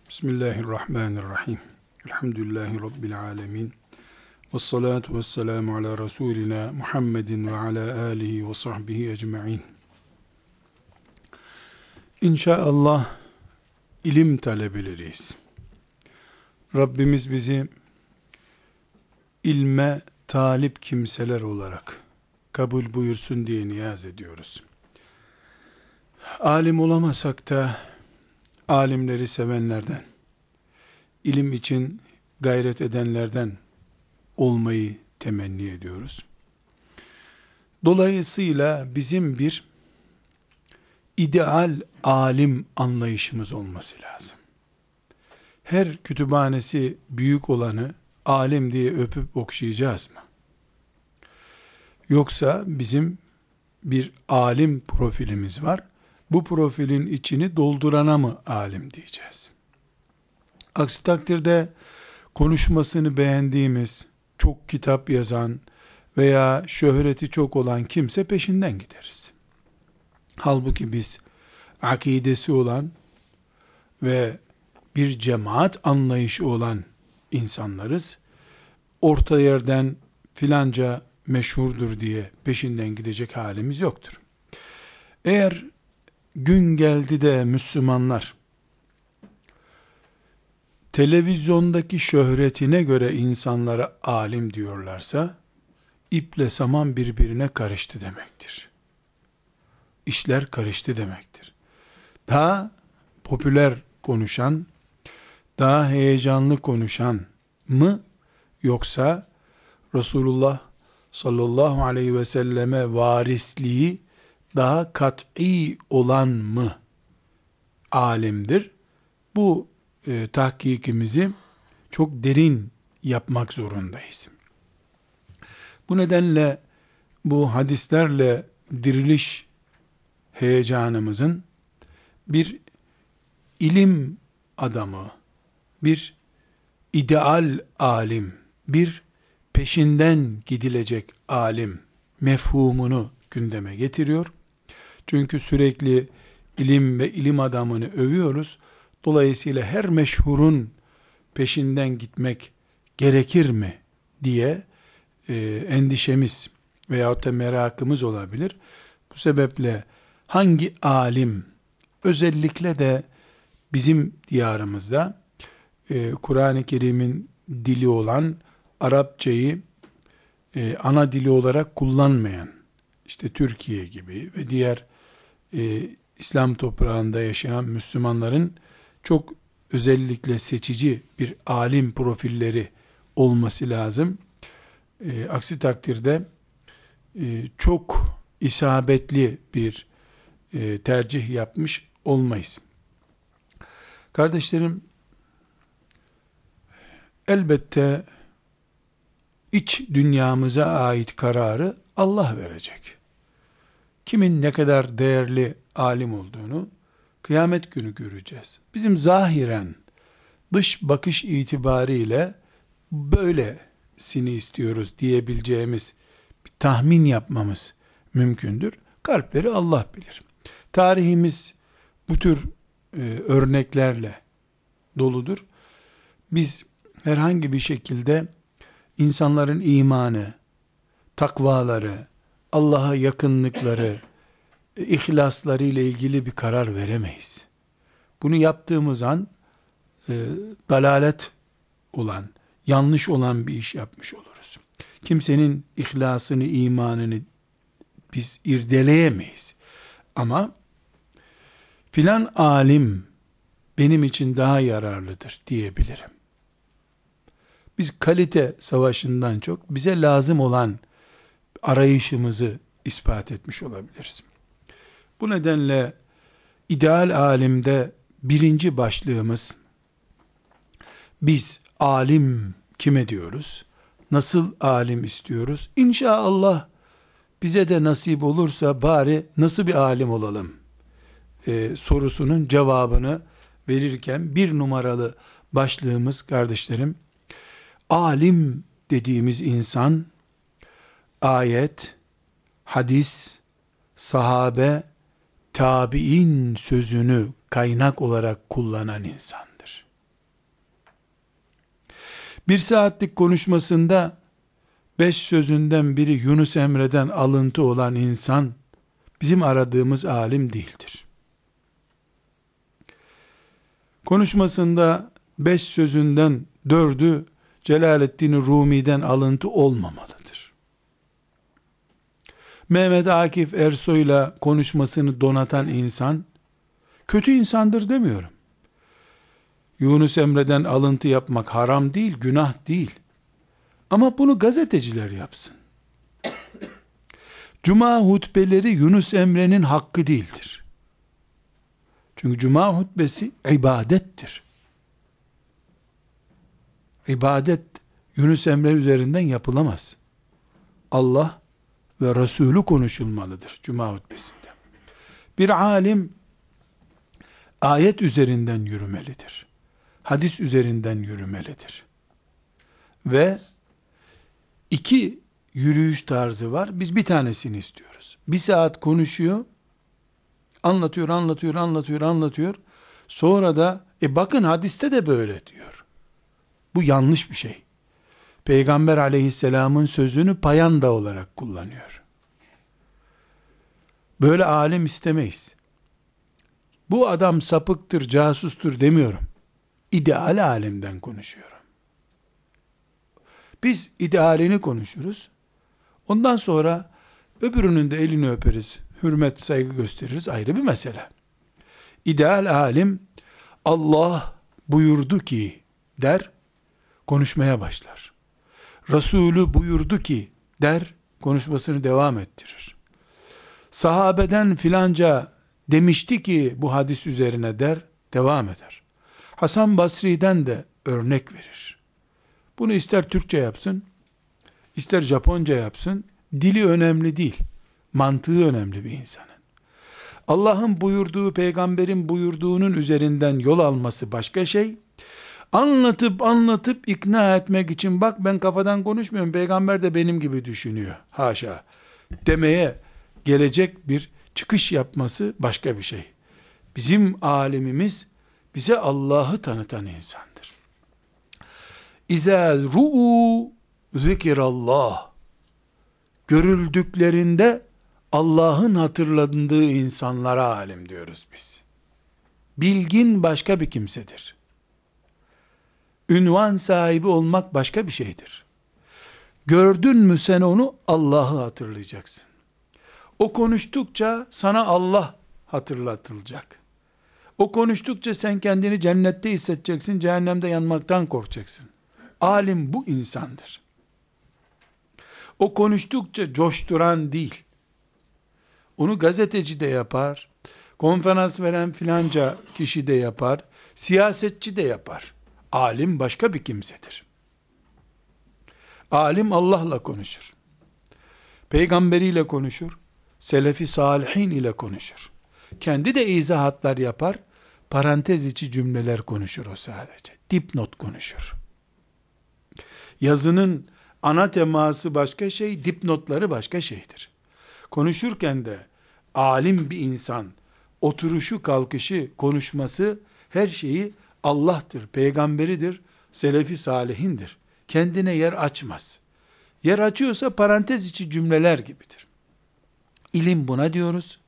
Bismillahirrahmanirrahim. Elhamdülillahi Rabbil alemin. Vessalatu vesselamu ala Resulina Muhammedin ve ala alihi ve sahbihi ecma'in. İnşallah ilim talebeleriyiz. Rabbimiz bizi ilme talip kimseler olarak kabul buyursun diye niyaz ediyoruz. Alim olamasak da alimleri sevenlerden, ilim için gayret edenlerden olmayı temenni ediyoruz. Dolayısıyla bizim bir ideal alim anlayışımız olması lazım. Her kütüphanesi büyük olanı alim diye öpüp okşayacağız mı? Yoksa bizim bir alim profilimiz var. Bu profilin içini doldurana mı alim diyeceğiz? Aksi takdirde konuşmasını beğendiğimiz, çok kitap yazan veya şöhreti çok olan kimse peşinden gideriz. Halbuki biz akidesi olan ve bir cemaat anlayışı olan insanlarız. Orta yerden filanca meşhurdur diye peşinden gidecek halimiz yoktur. Eğer gün geldi de Müslümanlar televizyondaki şöhretine göre insanlara alim diyorlarsa, iple saman birbirine karıştı demektir. İşler karıştı demektir. Daha popüler konuşan, daha heyecanlı konuşan mı, yoksa Resulullah sallallahu aleyhi ve selleme varisliği daha kat'i olan mı alimdir? Bu tahkikimizi çok derin yapmak zorundayız. Bu nedenle bu hadislerle diriliş heyecanımızın bir ilim adamı, bir ideal alim, bir peşinden gidilecek alim mefhumunu gündeme getiriyor. Çünkü sürekli ilim ve ilim adamını övüyoruz. Dolayısıyla her meşhurun peşinden gitmek gerekir mi diye endişemiz veyahut da merakımız olabilir. Bu sebeple hangi alim, özellikle de bizim diyarımızda Kur'an-ı Kerim'in dili olan Arapçayı ana dili olarak kullanmayan, işte Türkiye gibi ve diğer İslam toprağında yaşayan Müslümanların çok özellikle seçici bir alim profilleri olması lazım. Aksi takdirde çok isabetli bir tercih yapmış olmayız. Kardeşlerim, elbette iç dünyamıza ait kararı Allah verecek. Kimin ne kadar değerli alim olduğunu kıyamet günü göreceğiz. Bizim zahiren dış bakış itibariyle böylesini istiyoruz diyebileceğimiz bir tahmin yapmamız mümkündür. Kalpleri Allah bilir. Tarihimiz bu tür örneklerle doludur. Biz herhangi bir şekilde insanların imanı, takvaları, Allah'a yakınlıkları, ihlasları ile ilgili bir karar veremeyiz. Bunu yaptığımız an dalalet olan, yanlış olan bir iş yapmış oluruz. Kimsenin ihlasını, imanını biz irdeleyemeyiz. Ama filan alim benim için daha yararlıdır diyebilirim. Biz kalite savaşından çok bize lazım olan arayışımızı ispat etmiş olabiliriz. Bu nedenle ideal alimde birinci başlığımız, biz alim kime diyoruz? Nasıl alim istiyoruz? İnşallah bize de nasip olursa bari nasıl bir alim olalım sorusunun cevabını verirken bir numaralı başlığımız kardeşlerim, alim dediğimiz insan ayet, hadis, sahabe, tabi'in sözünü kaynak olarak kullanan insandır. Bir saatlik konuşmasında 5 sözünden biri Yunus Emre'den alıntı olan insan, bizim aradığımız alim değildir. Konuşmasında 5 sözünden 4'ü Celaleddin Rumi'den alıntı olmamalıdır. Mehmet Akif Ersoy'la konuşmasını donatan insan, kötü insandır demiyorum. Yunus Emre'den alıntı yapmak haram değil, günah değil. Ama bunu gazeteciler yapsın. Cuma hutbeleri Yunus Emre'nin hakkı değildir. Çünkü cuma hutbesi ibadettir. İbadet Yunus Emre üzerinden yapılamaz. Allah ve Resulü konuşulmalıdır cuma hutbesinde. Bir alim ayet üzerinden yürümelidir. Hadis üzerinden yürümelidir. Ve 2 yürüyüş tarzı var. Biz bir tanesini istiyoruz. 1 saat konuşuyor, anlatıyor. Sonra da bakın hadiste de böyle diyor. Bu yanlış bir şey. Peygamber aleyhisselamın sözünü payanda olarak kullanıyor. Böyle alim istemeyiz. Bu adam sapıktır, casustur demiyorum. İdeal alimden konuşuyorum. Biz idealini konuşuruz. Ondan sonra öbürünün de elini öperiz. Hürmet, saygı gösteririz. Ayrı bir mesele. İdeal alim Allah buyurdu ki der, konuşmaya başlar. Resulü buyurdu ki der, konuşmasını devam ettirir. Sahabeden filanca demişti ki bu hadis üzerine der, devam eder. Hasan Basri'den de örnek verir. Bunu ister Türkçe yapsın, ister Japonca yapsın, dili önemli değil, mantığı önemli bir insanın. Allah'ın buyurduğu, peygamberin buyurduğunun üzerinden yol alması başka şey, anlatıp ikna etmek için, bak ben kafadan konuşmuyorum, peygamber de benim gibi düşünüyor, haşa, demeye gelecek bir çıkış yapması başka bir şey. Bizim alimimiz, bize Allah'ı tanıtan insandır. İzâ ru'u zikirallah, görüldüklerinde Allah'ın hatırlandığı insanlara alim diyoruz biz. Bilgin başka bir kimsedir. Ünvan sahibi olmak başka bir şeydir. Gördün mü sen onu, Allah'ı hatırlayacaksın. O konuştukça sana Allah hatırlatılacak. O konuştukça sen kendini cennette hissedeceksin, cehennemde yanmaktan korkacaksın. Alim bu insandır. O konuştukça coşturan değil. Onu gazeteci de yapar, konferans veren filanca kişi de yapar, siyasetçi de yapar. Alim başka bir kimsedir. Alim Allah'la konuşur. Peygamberiyle konuşur. Selefi salihin ile konuşur. Kendi de izahatlar yapar. Parantez içi cümleler konuşur o sadece. Dipnot konuşur. Yazının ana teması başka şey, dipnotları başka şeydir. Konuşurken de alim bir insan, oturuşu, kalkışı, konuşması, her şeyi Allah'tır, peygamberidir, selefi salihindir. Kendine yer açmaz. Yer açıyorsa parantez içi cümleler gibidir. İlim buna diyoruz.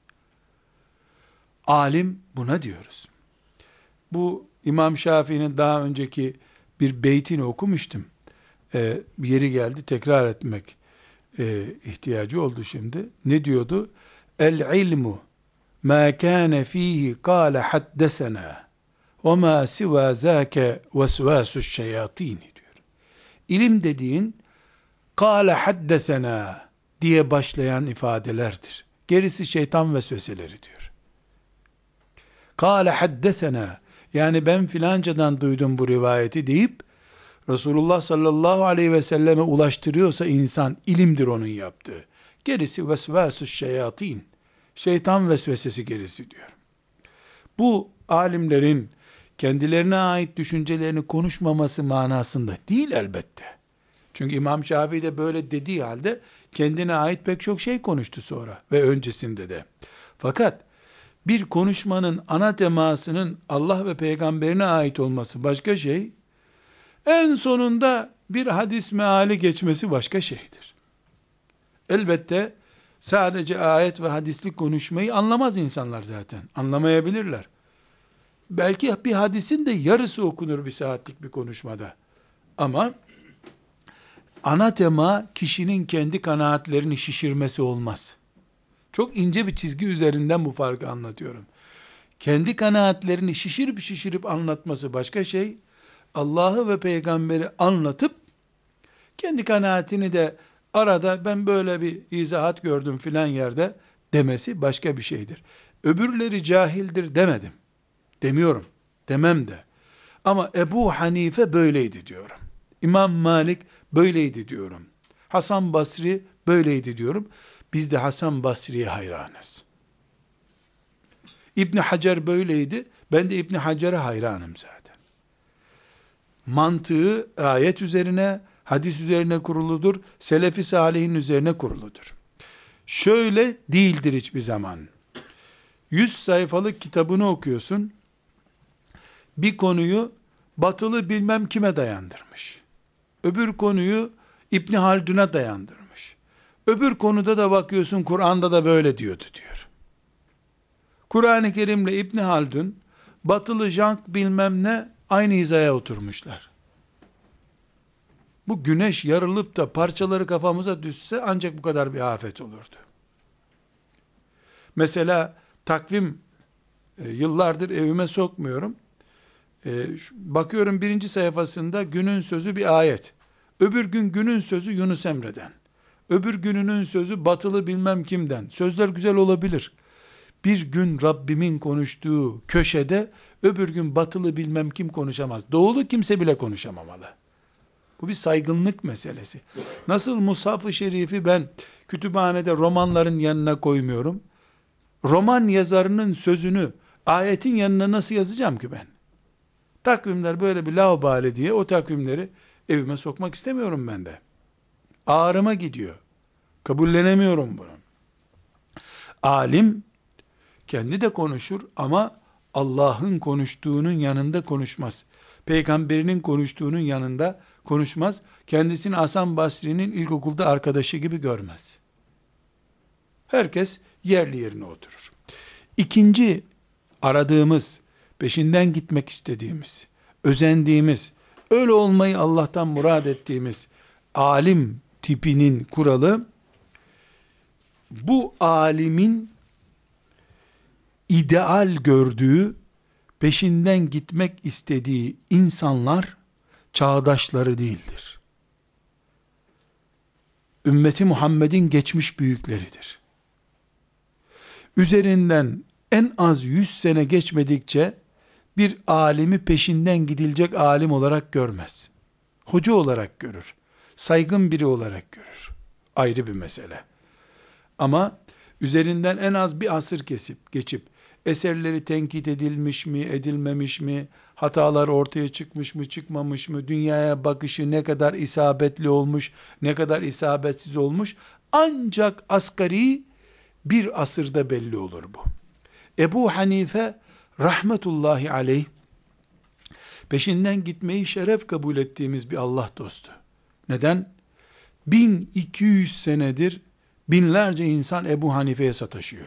Alim buna diyoruz. Bu İmam Şafii'nin daha önceki bir beytini okumuştum. Yeri geldi tekrar etmek ihtiyacı oldu şimdi. Ne diyordu? El ilmu ma kana fihi qala haddesena ve ma siva zâke vesvâsu'ş şeyatîn diyor. İlim dediğin qala haddesena diye başlayan ifadelerdir. Gerisi şeytan vesveseleri diyor. Kâle haddesena, yani ben filancadan duydum bu rivayeti deyip Resulullah sallallahu aleyhi ve selleme ulaştırıyorsa insan, ilimdir onun yaptığı. Gerisi vesvâsu'ş şeyatîn, şeytan vesvesesi gerisi diyor. Bu alimlerin kendilerine ait düşüncelerini konuşmaması manasında değil elbette. Çünkü İmam Şafii de böyle dediği halde kendine ait pek çok şey konuştu sonra ve öncesinde de. Fakat bir konuşmanın ana temasının Allah ve peygamberine ait olması başka şey. En sonunda bir hadis meali geçmesi başka şeydir. Elbette sadece ayet ve hadislik konuşmayı anlamaz insanlar zaten. Anlamayabilirler. Belki bir hadisin de yarısı okunur bir saatlik bir konuşmada. Ama ana tema kişinin kendi kanaatlerini şişirmesi olmaz. Çok ince bir çizgi üzerinden bu farkı anlatıyorum. Kendi kanaatlerini şişirip anlatması başka şey. Allah'ı ve peygamberi anlatıp kendi kanaatini de arada ben böyle bir izahat gördüm filan yerde demesi başka bir şeydir. Öbürleri cahildir demedim. Demiyorum. Demem de. Ama Ebu Hanife böyleydi diyorum. İmam Malik böyleydi diyorum. Hasan Basri böyleydi diyorum. Biz de Hasan Basri'ye hayranız. İbn Hacer böyleydi. Ben de İbn Hacer'e hayranım zaten. Mantığı ayet üzerine, hadis üzerine kuruludur. Selefi salihin üzerine kuruludur. Şöyle değildir hiçbir zaman. 100 sayfalık kitabını okuyorsun. Bir konuyu batılı bilmem kime dayandırmış. Öbür konuyu İbn Haldun'a dayandırmış. Öbür konuda da bakıyorsun Kur'an'da da böyle diyordu diyor. Kur'an-ı Kerim'le İbn Haldun batılı jank bilmem ne aynı hizaya oturmuşlar. Bu güneş yarılıp da parçaları kafamıza düşse ancak bu kadar bir afet olurdu. Mesela takvim yıllardır evime sokmuyorum. Bakıyorum birinci sayfasında günün sözü bir ayet. Öbür gün günün sözü Yunus Emre'den. Öbür gününün sözü batılı bilmem kimden. Sözler güzel olabilir. Bir gün Rabbimin konuştuğu köşede öbür gün batılı bilmem kim konuşamaz. Doğulu kimse bile konuşamamalı. Bu bir saygınlık meselesi. Nasıl Mushaf-ı Şerif'i ben kütüphanede romanların yanına koymuyorum. Roman yazarının sözünü ayetin yanına nasıl yazacağım ki ben? Takvimler böyle bir laubali diye o takvimleri evime sokmak istemiyorum ben de. Ağrıma gidiyor. Kabullenemiyorum bunu. Alim kendi de konuşur ama Allah'ın konuştuğunun yanında konuşmaz. Peygamberinin konuştuğunun yanında konuşmaz. Kendisini Hasan Basri'nin ilkokulda arkadaşı gibi görmez. Herkes yerli yerine oturur. İkinci aradığımız, peşinden gitmek istediğimiz, özendiğimiz, öyle olmayı Allah'tan murad ettiğimiz alim tipinin kuralı, bu alimin ideal gördüğü, peşinden gitmek istediği insanlar çağdaşları değildir. Ümmeti Muhammed'in geçmiş büyükleridir. Üzerinden en az 100 sene geçmedikçe bir alimi peşinden gidilecek alim olarak görmez. Hoca olarak görür. Saygın biri olarak görür. Ayrı bir mesele. Ama üzerinden en az bir asır geçip eserleri tenkit edilmiş mi, edilmemiş mi, hatalar ortaya çıkmış mı, çıkmamış mı, dünyaya bakışı ne kadar isabetli olmuş, ne kadar isabetsiz olmuş, ancak asgari bir asırda belli olur bu. Ebu Hanife rahmetullahi aleyh, peşinden gitmeyi şeref kabul ettiğimiz bir Allah dostu. Neden? 1200 senedir binlerce insan Ebu Hanife'ye sataşıyor.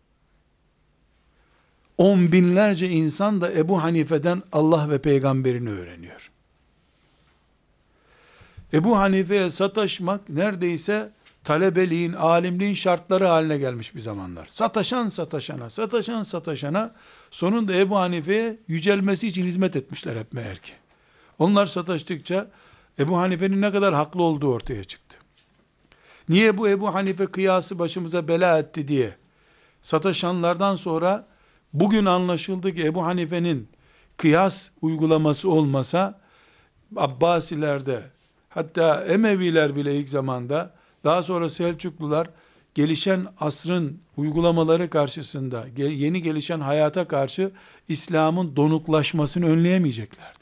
10 binlerce insan da Ebu Hanife'den Allah ve peygamberini öğreniyor. Ebu Hanife'ye sataşmak neredeyse talebeliğin, alimliğin şartları haline gelmiş bir zamanlar. Sataşan sataşana, sonunda Ebu Hanife'ye yücelmesi için hizmet etmişler hep meğer ki. Onlar sataştıkça Ebu Hanife'nin ne kadar haklı olduğu ortaya çıktı. Niye bu Ebu Hanife kıyası başımıza bela etti diye sataşanlardan sonra bugün anlaşıldı ki Ebu Hanife'nin kıyas uygulaması olmasa Abbasilerde, hatta Emeviler bile ilk zamanda, daha sonra Selçuklular gelişen asrın uygulamaları karşısında, yeni gelişen hayata karşı İslam'ın donuklaşmasını önleyemeyeceklerdi.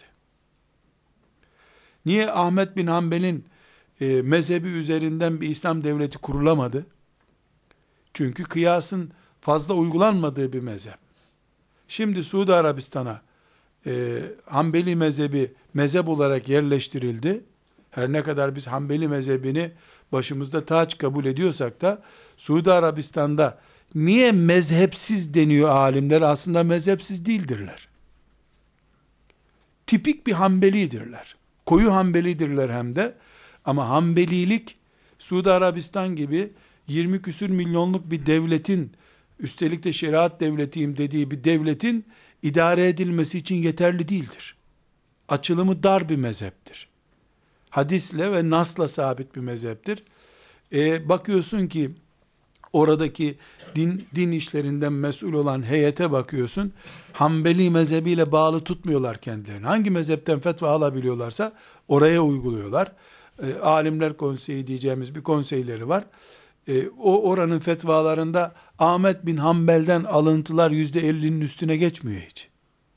Niye Ahmet bin Hanbel'in mezhebi üzerinden bir İslam devleti kurulamadı? Çünkü kıyasın fazla uygulanmadığı bir mezhep. Şimdi Suudi Arabistan'a Hanbeli mezhebi mezhep olarak yerleştirildi. Her ne kadar biz Hanbeli mezhebini başımızda taç kabul ediyorsak da, Suudi Arabistan'da niye mezhepsiz deniyor alimler? Aslında mezhepsiz değildirler. Tipik bir Hanbelidirler. Koyu Hanbelidirler hem de. Ama Hanbelilik, Suudi Arabistan gibi 20 küsür milyonluk bir devletin, üstelik de şeriat devletiyim dediği bir devletin idare edilmesi için yeterli değildir. Açılımı dar bir mezheptir. Hadisle ve nasla sabit bir mezheptir. Bakıyorsun ki oradaki din işlerinden mesul olan heyete bakıyorsun, Hanbeli mezhebiyle bağlı tutmuyorlar kendilerini. Hangi mezhepten fetva alabiliyorlarsa oraya uyguluyorlar. Alimler Konseyi diyeceğimiz bir konseyleri var. O oranın fetvalarında Ahmet bin Hanbel'den alıntılar %50'nin üstüne geçmiyor hiç.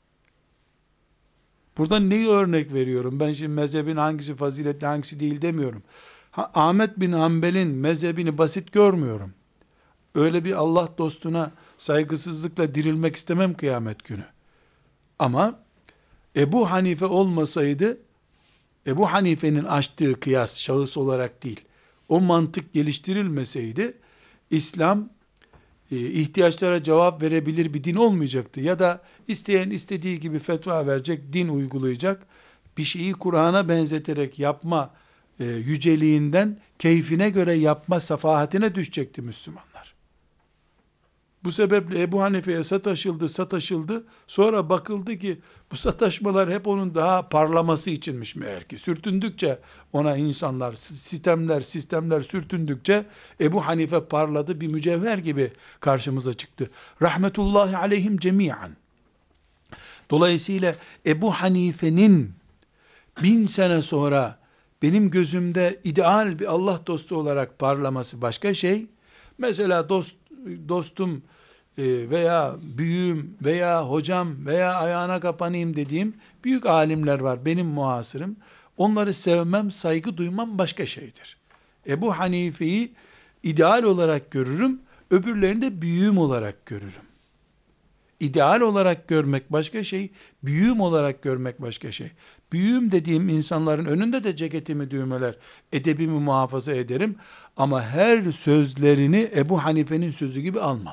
Burada neyi örnek veriyorum? Ben şimdi mezhebin hangisi faziletli hangisi değil demiyorum. Ahmet bin Hanbel'in mezhebini basit görmüyorum. Öyle bir Allah dostuna saygısızlıkla dirilmek istemem kıyamet günü. Ama Ebu Hanife olmasaydı, Ebu Hanife'nin açtığı kıyas şahıs olarak değil, o mantık geliştirilmeseydi, İslam ihtiyaçlara cevap verebilir bir din olmayacaktı. Ya da isteyen istediği gibi fetva verecek, din uygulayacak, bir şeyi Kur'an'a benzeterek yapma yüceliğinden keyfine göre yapma safahatine düşecekti Müslümanlar. Bu sebeple Ebu Hanife'ye sataşıldı. Sonra bakıldı ki bu sataşmalar hep onun daha parlaması içinmiş meğer ki. Sürtündükçe ona insanlar, sistemler sürtündükçe Ebu Hanife parladı, bir mücevher gibi karşımıza çıktı. Rahmetullahi aleyhim cemiyen. Dolayısıyla Ebu Hanife'nin 1000 sene sonra benim gözümde ideal bir Allah dostu olarak parlaması başka şey. Mesela dostum veya büyüğüm veya hocam veya ayağına kapanayım dediğim büyük alimler var benim muhasırım. Onları sevmem, saygı duymam başka şeydir. Ebu Hanife'yi ideal olarak görürüm, öbürlerini de büyüğüm olarak görürüm. İdeal olarak görmek başka şey, büyüğüm olarak görmek başka şey. Büyüğüm dediğim insanların önünde de ceketimi düğmeler, edebimi muhafaza ederim. Ama her sözlerini Ebu Hanife'nin sözü gibi almam.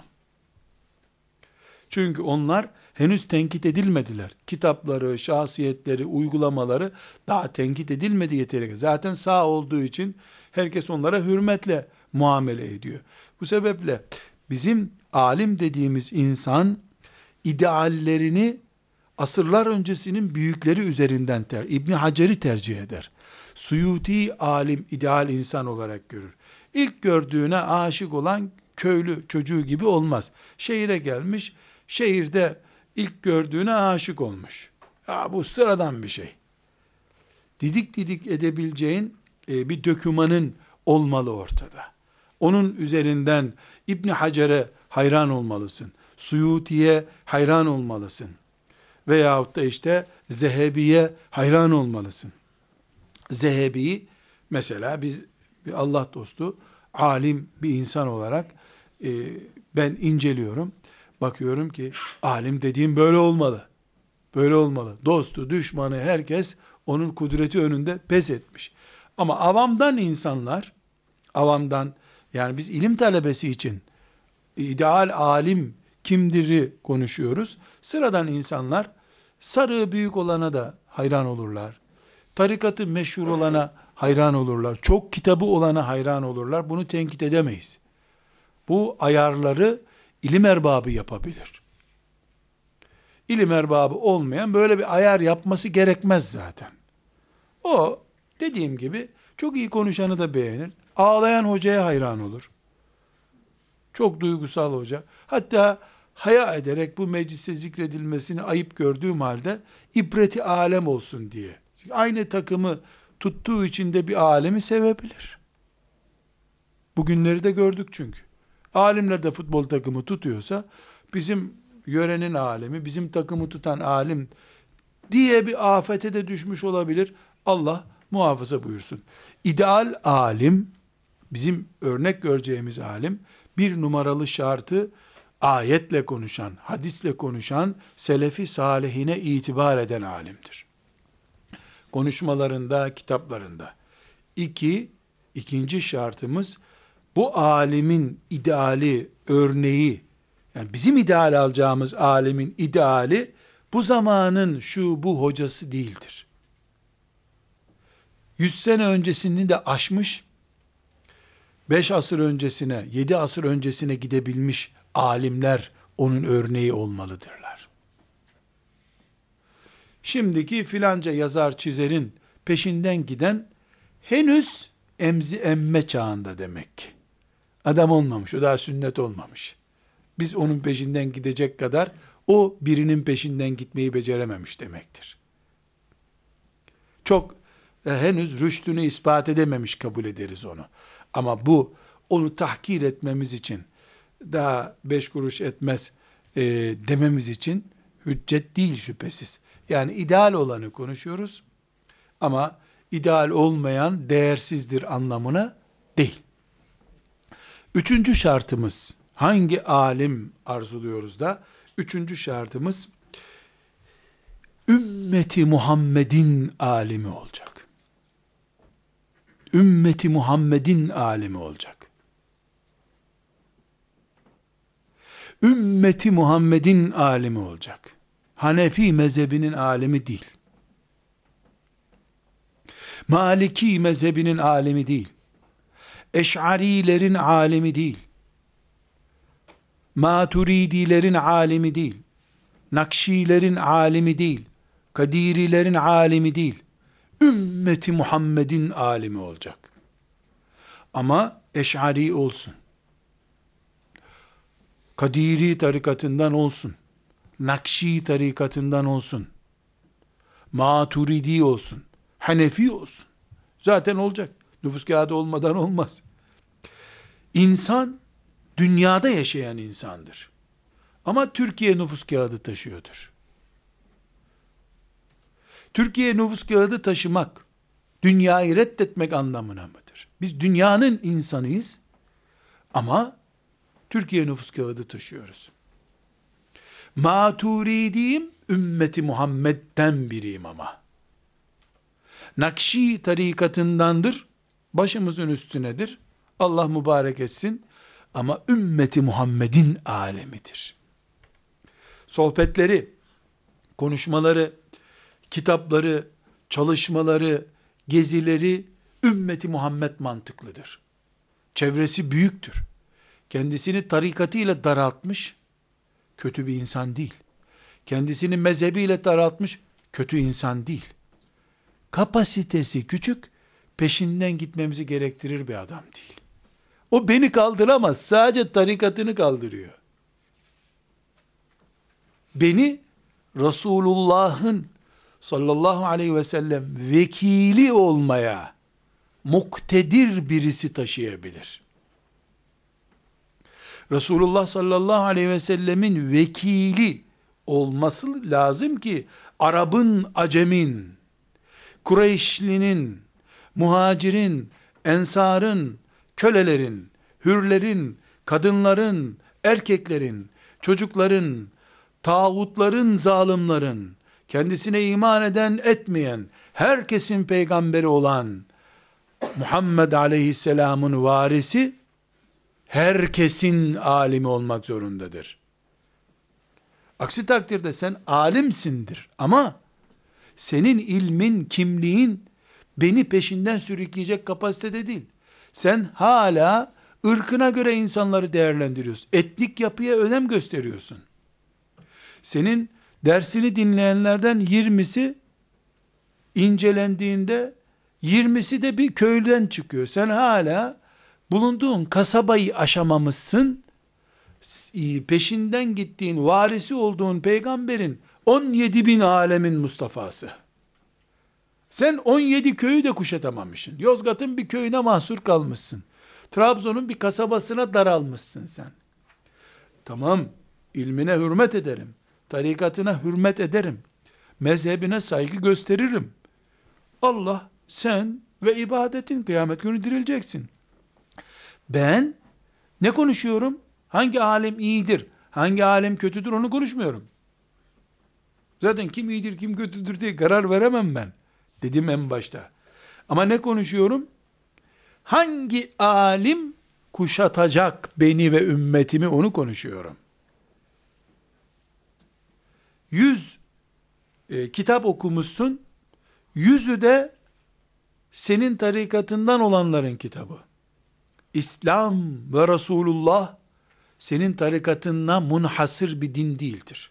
Çünkü onlar henüz tenkit edilmediler. Kitapları, şahsiyetleri, uygulamaları daha tenkit edilmedi yeteri. Zaten sağ olduğu için herkes onlara hürmetle muamele ediyor. Bu sebeple bizim alim dediğimiz insan ideallerini asırlar öncesinin büyükleri üzerinden İbn Hacer'i tercih eder. Suyuti alim ideal insan olarak görür. İlk gördüğüne aşık olan köylü çocuğu gibi olmaz. Şehire gelmiş, şehirde ilk gördüğüne aşık olmuş. Ya bu sıradan bir şey. Didik edebileceğin bir dökümanın olmalı ortada. Onun üzerinden İbn Hacer'e hayran olmalısın. Suyuti'ye hayran olmalısın. Veyahut da işte Zehebi'ye hayran olmalısın. Zehebi'yi mesela biz bir Allah dostu, alim bir insan olarak ben inceliyorum. Bakıyorum ki alim dediğim böyle olmalı. Böyle olmalı. Dostu, düşmanı herkes onun kudreti önünde pes etmiş. Ama avamdan insanlar, yani biz ilim talebesi için ideal alim kimdir'i konuşuyoruz. Sıradan insanlar sarığı büyük olana da hayran olurlar. Tarikatı meşhur olana hayran olurlar. Çok kitabı olana hayran olurlar. Bunu tenkit edemeyiz. Bu ayarları ilim erbabı yapabilir. İlim erbabı olmayan böyle bir ayar yapması gerekmez zaten. O dediğim gibi çok iyi konuşanı da beğenir. Ağlayan hocaya hayran olur. Çok duygusal hoca. Hatta haya ederek bu meclise zikredilmesini ayıp gördüğüm halde ibreti alem olsun diye. Aynı takımı tuttuğu için de bir alemi sevebilir. Bugünleri de gördük çünkü. Alimler de futbol takımı tutuyorsa bizim yörenin alemi, bizim takımı tutan alim diye bir afete de düşmüş olabilir. Allah muhafaza buyursun. İdeal alim, bizim örnek göreceğimiz alim, bir numaralı şartı ayetle konuşan, hadisle konuşan, selefi salihine itibar eden alimdir. Konuşmalarında, kitaplarında. İkinci şartımız, bu alimin ideali, örneği, yani bizim ideal alacağımız alimin ideali, bu zamanın şu bu hocası değildir. 100 sene öncesini de aşmış, 5 asır öncesine, 7 asır öncesine gidebilmiş alimler onun örneği olmalıdırlar. Şimdiki filanca yazar çizerin peşinden giden henüz emme çağında demek ki. Adam olmamış, o daha sünnet olmamış. Biz onun peşinden gidecek kadar o birinin peşinden gitmeyi becerememiş demektir. Çok henüz rüştünü ispat edememiş kabul ederiz onu. Ama bu onu tahkir etmemiz için, daha 5 kuruş etmez dememiz için hüccet değil şüphesiz. Yani ideal olanı konuşuyoruz ama ideal olmayan değersizdir anlamına değil. Üçüncü şartımız, hangi alim arzuluyoruz da? Üçüncü şartımız, ümmeti Muhammed'in alimi olacak. Ümmeti Muhammed'in alimi olacak. Ümmeti Muhammed'in alimi olacak. Hanefi mezhebinin alimi değil. Maliki mezhebinin alimi değil. Eş'arilerin alimi değil. Maturidilerin alimi değil. Nakşilerin alimi değil. Kadirilerin alimi değil. Ümmeti Muhammed'in alimi olacak. Ama Eş'ari olsun. Kadiri tarikatından olsun. Nakşi tarikatından olsun. Maturidi olsun. Hanefi olsun. Zaten olacak. Nüfus kağıdı olmadan olmaz. İnsan, dünyada yaşayan insandır. Ama Türkiye nüfus kağıdı taşıyordur. Türkiye nüfus kağıdı taşımak, dünyayı reddetmek anlamına mıdır? Biz dünyanın insanıyız ama Türkiye nüfus kağıdı taşıyoruz. Maturidiyim, ümmeti Muhammed'den biriyim ama. Nakşi tarikatındandır, başımızın üstünedir. Allah mübarek etsin ama ümmeti Muhammed'in alemidir. Sohbetleri, konuşmaları, kitapları, çalışmaları, gezileri ümmeti Muhammed mantıklıdır. Çevresi büyüktür. Kendisini tarikatıyla daraltmış, kötü bir insan değil. Kendisini mezhebiyle daraltmış, kötü insan değil. Kapasitesi küçük, peşinden gitmemizi gerektirir bir adam değil. O beni kaldıramaz, sadece tarikatını kaldırıyor. Beni Resulullah'ın sallallahu aleyhi ve sellem vekili olmaya muktedir birisi taşıyabilir. Resulullah sallallahu aleyhi ve sellemin vekili olması lazım ki Arap'ın, Acem'in, Kureyşli'nin, muhacirin, ensarın, kölelerin, hürlerin, kadınların, erkeklerin, çocukların, tağutların, zalimlerin, kendisine iman eden, etmeyen, herkesin peygamberi olan Muhammed aleyhisselamın varisi, herkesin alimi olmak zorundadır. Aksi takdirde sen alimsindir ama senin ilmin, kimliğin beni peşinden sürükleyecek kapasitede değil. Sen hala ırkına göre insanları değerlendiriyorsun. Etnik yapıya önem gösteriyorsun. Senin dersini dinleyenlerden 20'si incelendiğinde 20'si de bir köyden çıkıyor. Sen hala bulunduğun kasabayı aşamamışsın. Peşinden gittiğin, varisi olduğun peygamberin 17 bin alemin Mustafa'sı. Sen 17 köyü de kuşatamamışsın. Yozgat'ın bir köyüne mahsur kalmışsın. Trabzon'un bir kasabasına daralmışsın sen. Tamam, ilmine hürmet ederim. Tarikatına hürmet ederim. Mezhebine saygı gösteririm. Allah, sen ve ibadetin kıyamet günü dirileceksin. Ben ne konuşuyorum? Hangi alim iyidir, hangi alim kötüdür onu konuşmuyorum. Zaten kim iyidir, kim kötüdür diye karar veremem ben. Dedim en başta. Ama ne konuşuyorum? Hangi alim kuşatacak beni ve ümmetimi, onu konuşuyorum. 100 kitap okumuşsun, 100'ü de senin tarikatından olanların kitabı. İslam ve Resulullah senin tarikatına munhasır bir din değildir.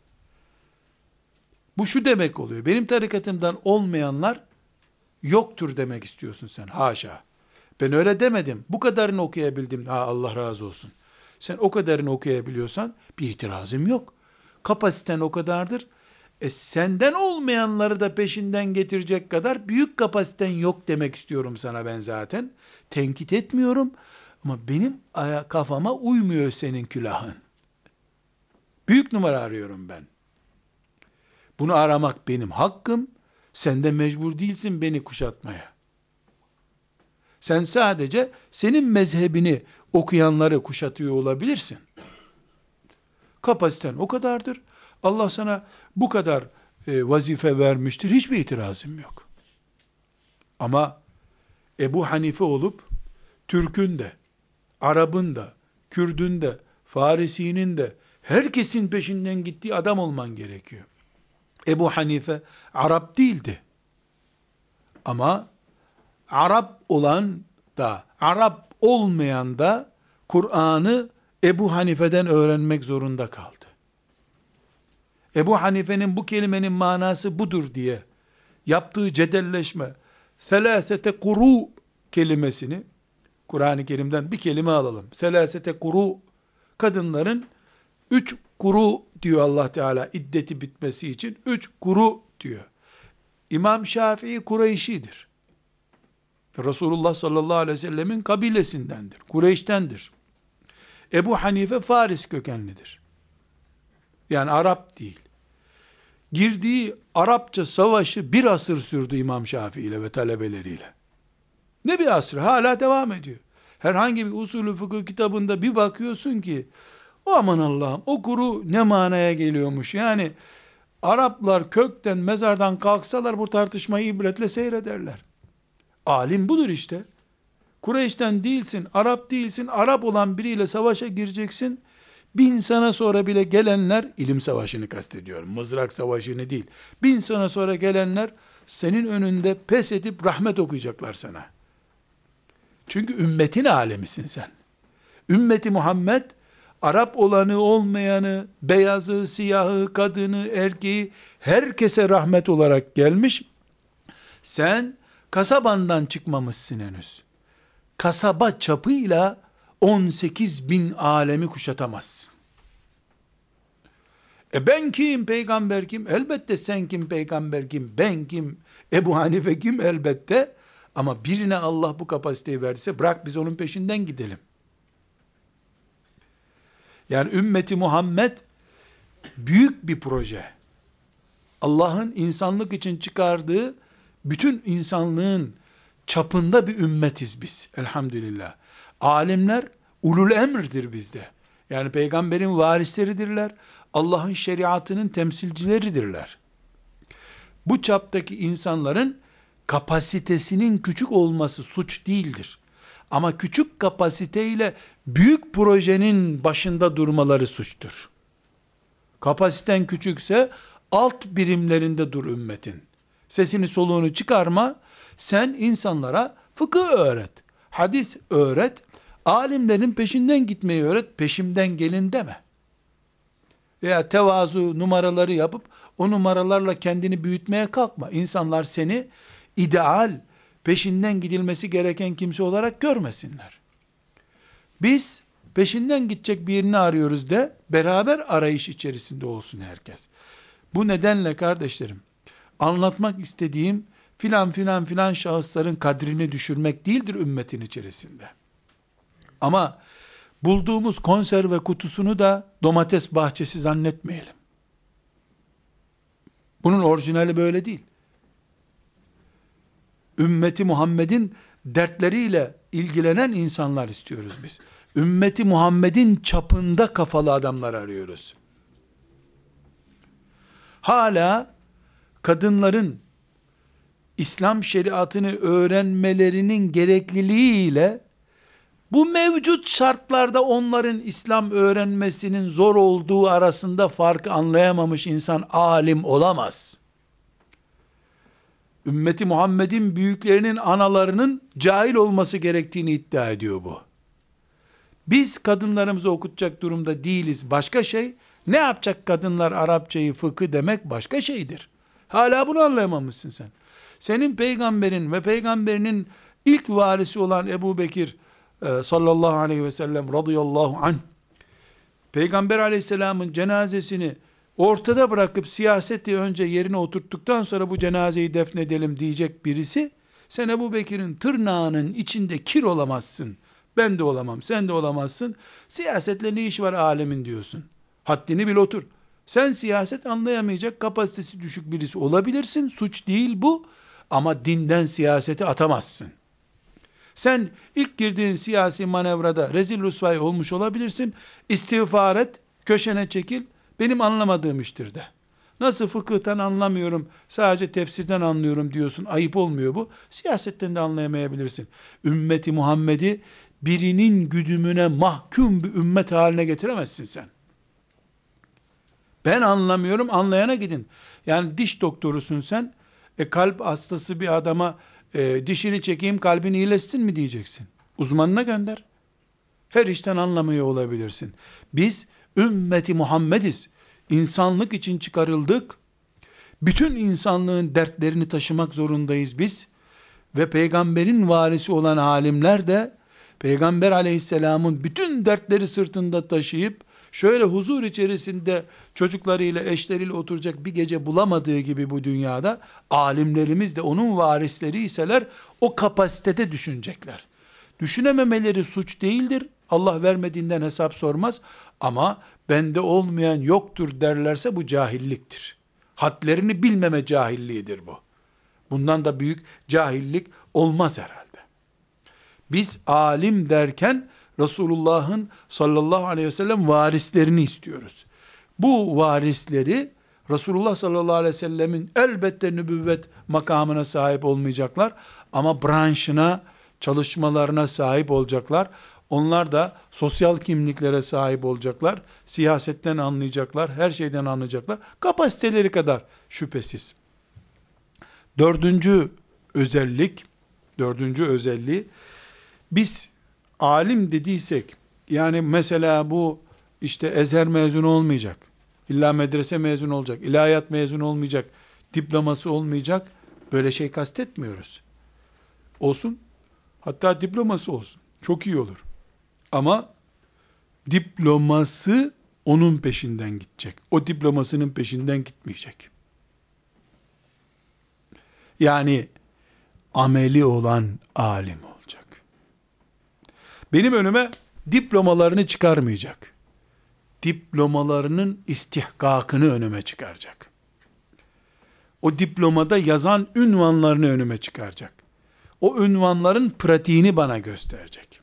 Bu şu demek oluyor: benim tarikatımdan olmayanlar yoktur demek istiyorsun sen. Haşa. Ben öyle demedim. Bu kadarını okuyabildim. Allah razı olsun. Sen o kadarını okuyabiliyorsan bir itirazım yok. Kapasiten o kadardır. Senden olmayanları da peşinden getirecek kadar büyük kapasiten yok demek istiyorum sana ben zaten. Tenkit etmiyorum ama benim kafama uymuyor senin külahın. Büyük numara arıyorum ben. Bunu aramak benim hakkım. Sen de mecbur değilsin beni kuşatmaya. Sen sadece senin mezhebini okuyanları kuşatıyor olabilirsin. Kapasiten o kadardır. Allah sana bu kadar vazife vermiştir. Hiçbir itirazım yok. Ama Ebu Hanife olup Türk'ün de, Arap'ın da, Kürd'ün de, Farisi'nin de herkesin peşinden gittiği adam olman gerekiyor. Ebu Hanife Arap değildi. Ama Arap olan da, Arap olmayan da Kur'an'ı Ebu Hanife'den öğrenmek zorunda kaldı. Ebu Hanife'nin bu kelimenin manası budur diye yaptığı cedelleşme, selâsete kuru kelimesini, Kur'an-ı Kerim'den bir kelime alalım. Selâsete kuru, kadınların 3 kuru diyor Allah Teala, iddeti bitmesi için 3 kuru diyor. İmam Şafii Kureyşidir. Resulullah sallallahu aleyhi ve sellemin kabilesindendir. Kureyş'tendir. Ebu Hanife Faris kökenlidir. Yani Arap değil. Girdiği Arapça savaşı bir asır sürdü İmam Şafii ile ve talebeleriyle. Ne bir asır? Hala devam ediyor. Herhangi bir usulü fıkıh kitabında bir bakıyorsun ki, aman Allah'ım, o kuru ne manaya geliyormuş. Yani Araplar kökten, mezardan kalksalar bu tartışmayı ibretle seyrederler. Alim budur işte. Kureyş'ten değilsin, Arap değilsin, Arap olan biriyle savaşa gireceksin. 1000 sene sonra bile gelenler, ilim savaşını kastediyorum, mızrak savaşını değil. 1000 sene sonra gelenler senin önünde pes edip rahmet okuyacaklar sana. Çünkü ümmetin alemisin sen. Ümmeti Muhammed, Arap olanı olmayanı, beyazı, siyahı, kadını, erkeği, herkese rahmet olarak gelmiş. Sen kasabandan çıkmamışsın henüz. Kasaba çapıyla 18 bin alemi kuşatamazsın. Ben kim, peygamber kim? Elbette sen kim, peygamber kim? Ben kim? Ebu Hanife kim? Elbette. Ama birine Allah bu kapasiteyi verdiyse bırak biz onun peşinden gidelim. Yani ümmeti Muhammed büyük bir proje. Allah'ın insanlık için çıkardığı bütün insanlığın çapında bir ümmetiz biz. Elhamdülillah. Alimler ulul emrdir bizde. Yani peygamberin varisleridirler. Allah'ın şeriatının temsilcileridirler. Bu çaptaki insanların kapasitesinin küçük olması suç değildir. Ama küçük kapasiteyle büyük projenin başında durmaları suçtur. Kapasiten küçükse alt birimlerinde dur ümmetin. Sesini soluğunu çıkarma, sen insanlara fıkıh öğret, hadis öğret, alimlerin peşinden gitmeyi öğret, peşimden gelin deme. Veya tevazu numaraları yapıp o numaralarla kendini büyütmeye kalkma. İnsanlar seni ideal, peşinden gidilmesi gereken kimse olarak görmesinler. Biz peşinden gidecek birini arıyoruz de, beraber arayış içerisinde olsun herkes. Bu nedenle kardeşlerim, anlatmak istediğim filan şahısların kadrini düşürmek değildir ümmetin içerisinde. Ama bulduğumuz konserve kutusunu da domates bahçesi zannetmeyelim. Bunun orijinali böyle değil. Ümmeti Muhammed'in dertleriyle ilgilenen insanlar istiyoruz biz. Ümmeti Muhammed'in çapında kafalı adamlar arıyoruz. Hala kadınların İslam şeriatını öğrenmelerinin gerekliliğiyle bu mevcut şartlarda onların İslam öğrenmesinin zor olduğu arasında farkı anlayamamış insan alim olamaz. Ümmeti Muhammed'in büyüklerinin analarının cahil olması gerektiğini iddia ediyor bu. Biz kadınlarımızı okutacak durumda değiliz, başka şey. Ne yapacak kadınlar Arapçayı, fıkı demek başka şeydir. Hala bunu anlayamamışsın sen. Senin peygamberin ve peygamberinin ilk varisi olan Ebu Bekir sallallahu aleyhi ve sellem radıyallahu anh, Peygamber aleyhisselamın cenazesini ortada bırakıp siyaseti önce yerine oturttuktan sonra bu cenazeyi defnedelim diyecek birisi, sen Ebu Bekir'in tırnağının içinde kir olamazsın. Ben de olamam, sen de olamazsın. Siyasetle ne iş var alemin diyorsun. Haddini bil otur. Sen siyaset anlayamayacak kapasitesi düşük birisi olabilirsin. Suç değil bu. Ama dinden siyaseti atamazsın. Sen ilk girdiğin siyasi manevrada rezil rüsvay olmuş olabilirsin. İstiğfar et, köşene çekil. Benim anlamadığım iştir de. Nasıl fıkıhtan anlamıyorum, sadece tefsirden anlıyorum diyorsun. Ayıp olmuyor bu. Siyasetten de anlayamayabilirsin. Ümmeti Muhammed'i birinin güdümüne mahkum bir ümmet haline getiremezsin sen. Ben anlamıyorum, anlayana gidin. Yani diş doktorusun sen. Kalp hastası bir adama dişini çekeyim kalbin iyileşsin mi diyeceksin. Uzmanına gönder. Her işten anlamıyor olabilirsin. Biz ümmeti Muhammediz. İnsanlık için çıkarıldık. Bütün insanlığın dertlerini taşımak zorundayız biz. Ve peygamberin varisi olan alimler de Peygamber aleyhisselamın bütün dertleri sırtında taşıyıp şöyle huzur içerisinde çocuklarıyla, eşleriyle oturacak bir gece bulamadığı gibi bu dünyada, alimlerimiz de onun varisleri iseler o kapasitede düşünecekler. Düşünememeleri suç değildir. Allah vermediğinden hesap sormaz. Ama bende olmayan yoktur derlerse bu cahilliktir. Hadlerini bilmeme cahilliğidir bu. Bundan da büyük cahillik olmaz herhalde. Biz alim derken Resulullah'ın sallallahu aleyhi ve sellem varislerini istiyoruz. Bu varisleri Resulullah sallallahu aleyhi ve sellemin elbette nübüvvet makamına sahip olmayacaklar ama branşına, çalışmalarına sahip olacaklar. Onlar da sosyal kimliklere sahip olacaklar. Siyasetten anlayacaklar, her şeyden anlayacaklar. Kapasiteleri kadar şüphesiz. Dördüncü özelliği, biz alim dediysek, yani mesela bu işte Ezher mezunu olmayacak, illa medrese mezunu olacak, ilahiyat mezunu olmayacak, diploması olmayacak, böyle şey kastetmiyoruz. Olsun, hatta diploması olsun, çok iyi olur. Ama diploması onun peşinden gidecek. O diplomasının peşinden gitmeyecek. Yani ameli olan alim olacak. Benim önüme diplomalarını çıkarmayacak. Diplomalarının istihkakını önüme çıkaracak. O diplomada yazan ünvanlarını önüme çıkaracak. O ünvanların pratiğini bana gösterecek.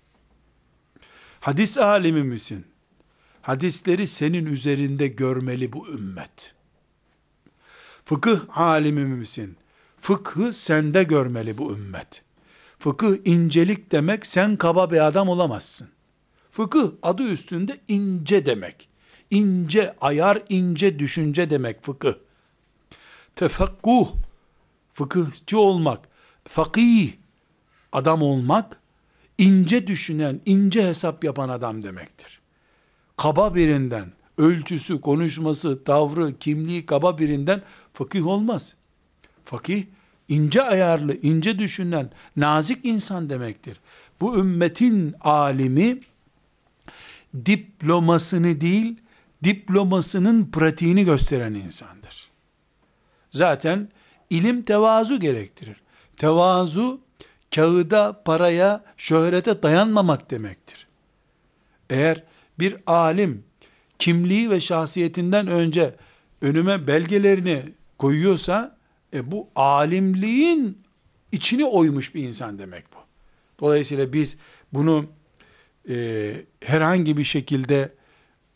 Hadis alimi misin? Hadisleri senin üzerinde görmeli bu ümmet. Fıkıh alimi misin? Fıkhı sende görmeli bu ümmet. Fıkıh incelik demek, sen kaba bir adam olamazsın. Fıkıh adı üstünde ince demek. İnce ayar, ince düşünce demek fıkıh. Tefakkuh, fıkıhçı olmak, fakih, adam olmak, ince düşünen, ince hesap yapan adam demektir. Kaba birinden, ölçüsü, konuşması, tavrı, kimliği kaba birinden fakih olmaz. Fakih, ince ayarlı, ince düşünen, nazik insan demektir. Bu ümmetin alimi, diplomasını değil, diplomasının pratiğini gösteren insandır. Zaten ilim tevazu gerektirir. Tevazu, kağıda, paraya, şöhrete dayanmamak demektir. Eğer bir alim, kimliği ve şahsiyetinden önce önüme belgelerini koyuyorsa, bu alimliğin içini oymuş bir insan demek bu. Dolayısıyla biz bunu herhangi bir şekilde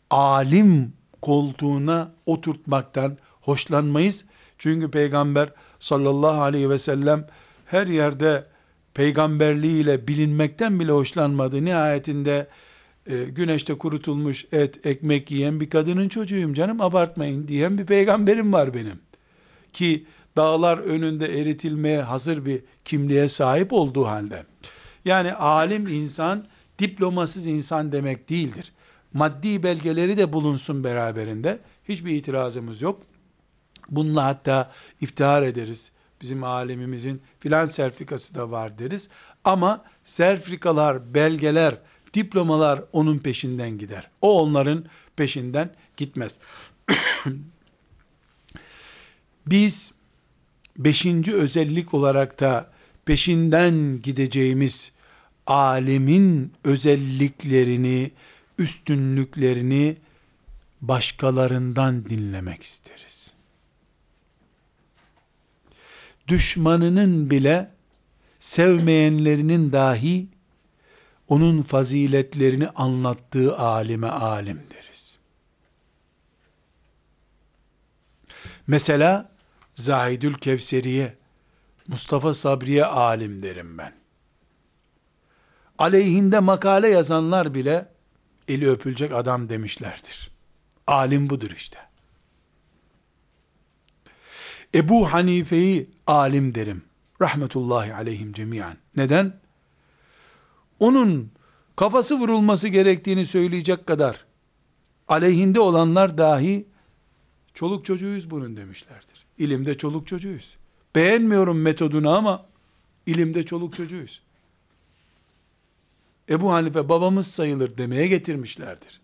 alim koltuğuna oturtmaktan hoşlanmayız. Çünkü Peygamber sallallahu aleyhi ve sellem her yerde peygamberliğiyle bilinmekten bile hoşlanmadı. Nihayetinde güneşte kurutulmuş et, ekmek yiyen bir kadının çocuğuyum canım, abartmayın diyen bir peygamberim var benim. Ki dağlar önünde eritilmeye hazır bir kimliğe sahip olduğu halde. Yani alim insan, diplomasız insan demek değildir. Maddi belgeleri de bulunsun beraberinde. Hiçbir itirazımız yok. Bununla hatta iftihar ederiz. Bizim alemimizin filan sertifikası da var deriz. Ama sertifikalar, belgeler, diplomalar onun peşinden gider. O onların peşinden gitmez. Biz 5. özellik olarak da peşinden gideceğimiz alemin özelliklerini, üstünlüklerini başkalarından dinlemek isteriz. Düşmanının bile, sevmeyenlerinin dahi onun faziletlerini anlattığı alime alim deriz. Mesela Zahidül Kevseri'ye, Mustafa Sabri'ye alim derim ben. Aleyhinde makale yazanlar bile eli öpülecek adam demişlerdir. Alim budur işte. Ebu Hanife'yi alim derim. Rahmetullahi aleyhim cemiyen. Neden? Onun kafası vurulması gerektiğini söyleyecek kadar aleyhinde olanlar dahi çoluk çocuğuyuz bunun demişlerdir. İlimde çoluk çocuğuyuz. Beğenmiyorum metodunu ama ilimde çoluk çocuğuyuz. Ebu Hanife babamız sayılır demeye getirmişlerdir.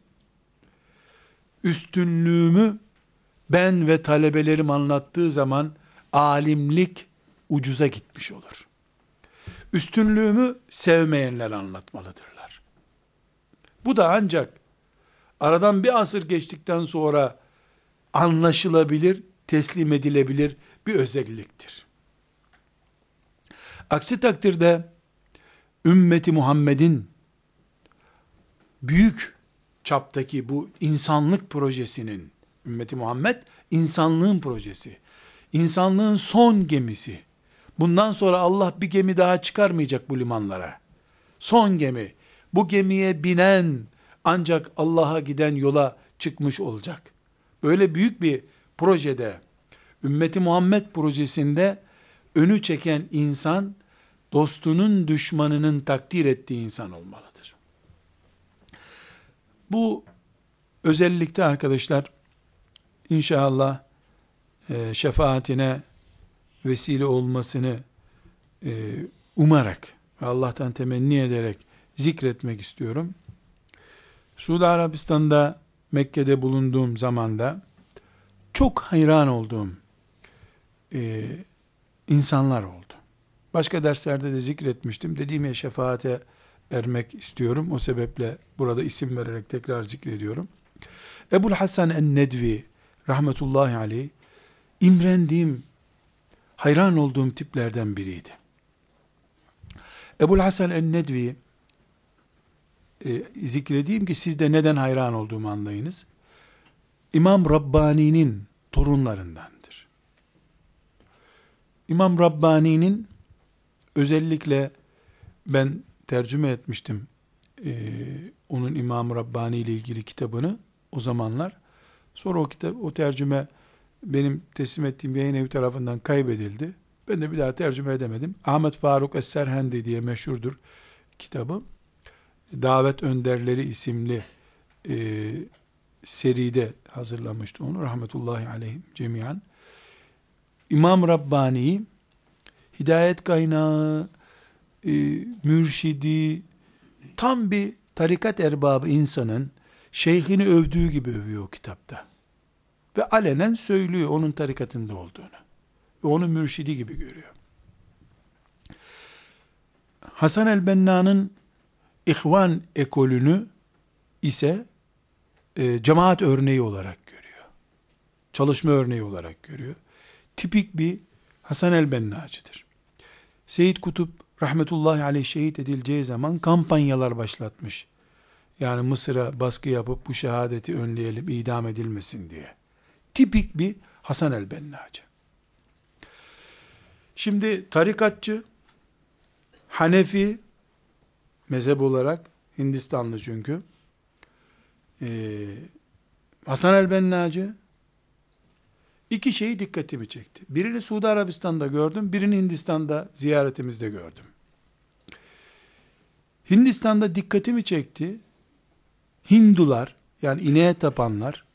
Üstünlüğümü ben ve talebelerim anlattığı zaman alimlik ucuza gitmiş olur. Üstünlüğümü sevmeyenler anlatmalıdırlar. Bu da ancak aradan bir asır geçtikten sonra anlaşılabilir, teslim edilebilir bir özelliktir. Aksi takdirde ümmeti Muhammed'in büyük çaptaki bu insanlık projesinin, ümmeti Muhammed insanlığın projesi, insanlığın son gemisi. Bundan sonra Allah bir gemi daha çıkarmayacak bu limanlara. Son gemi. Bu gemiye binen ancak Allah'a giden yola çıkmış olacak. Böyle büyük bir projede, ümmeti Muhammed projesinde önü çeken insan, dostunun düşmanının takdir ettiği insan olmalıdır. Bu özellikle arkadaşlar, İnşallah şefaatine vesile olmasını umarak ve Allah'tan temenni ederek zikretmek istiyorum. Suudi Arabistan'da, Mekke'de bulunduğum zamanda çok hayran olduğum insanlar oldu. Başka derslerde de zikretmiştim. Dediğim ya, şefaate ermek istiyorum. O sebeple burada isim vererek tekrar zikrediyorum. Ebul Hasan en-Nedvi rahmetullahi aleyh, imrendiğim, hayran olduğum tiplerden biriydi. Ebul Hasan en-Nedvi, zikredeyim ki siz de neden hayran olduğumu anlayınız. İmam Rabbani'nin torunlarındandır. İmam Rabbani'nin özellikle ben tercüme etmiştim onun İmam Rabbani ile ilgili kitabını o zamanlar. Sonra o tercüme benim teslim ettiğim yayın evi tarafından kaybedildi. Ben de bir daha tercüme edemedim. Ahmet Faruk Es-Serhendi diye meşhurdur kitabı. Davet Önderleri isimli seride hazırlamıştı onu. Rahmetullahi aleyhim cemiyan. İmam Rabbani'yi hidayet kaynağı, mürşidi, tam bir tarikat erbabı insanın şeyhini övdüğü gibi övüyor o kitapta. Ve alenen söylüyor onun tarikatında olduğunu. Ve onu mürşidi gibi görüyor. Hasan el-Benna'nın İhvan ekolünü ise cemaat örneği olarak görüyor. Çalışma örneği olarak görüyor. Tipik bir Hasan el-Benna'cıdır. Seyyid Kutup rahmetullahi aleyh şehit edileceği zaman kampanyalar başlatmış. Yani Mısır'a baskı yapıp bu şehadeti önleyelim, idam edilmesin diye. Tipik bir Hasan el-Benna'cı. Şimdi tarikatçı, Hanefi mezhep olarak, Hindistanlı çünkü, Hasan el-Bennacı, iki şeyi dikkatimi çekti. Birini Suudi Arabistan'da gördüm, birini Hindistan'da ziyaretimizde gördüm. Hindistan'da dikkatimi çekti. Hindular, yani ineğe tapanlar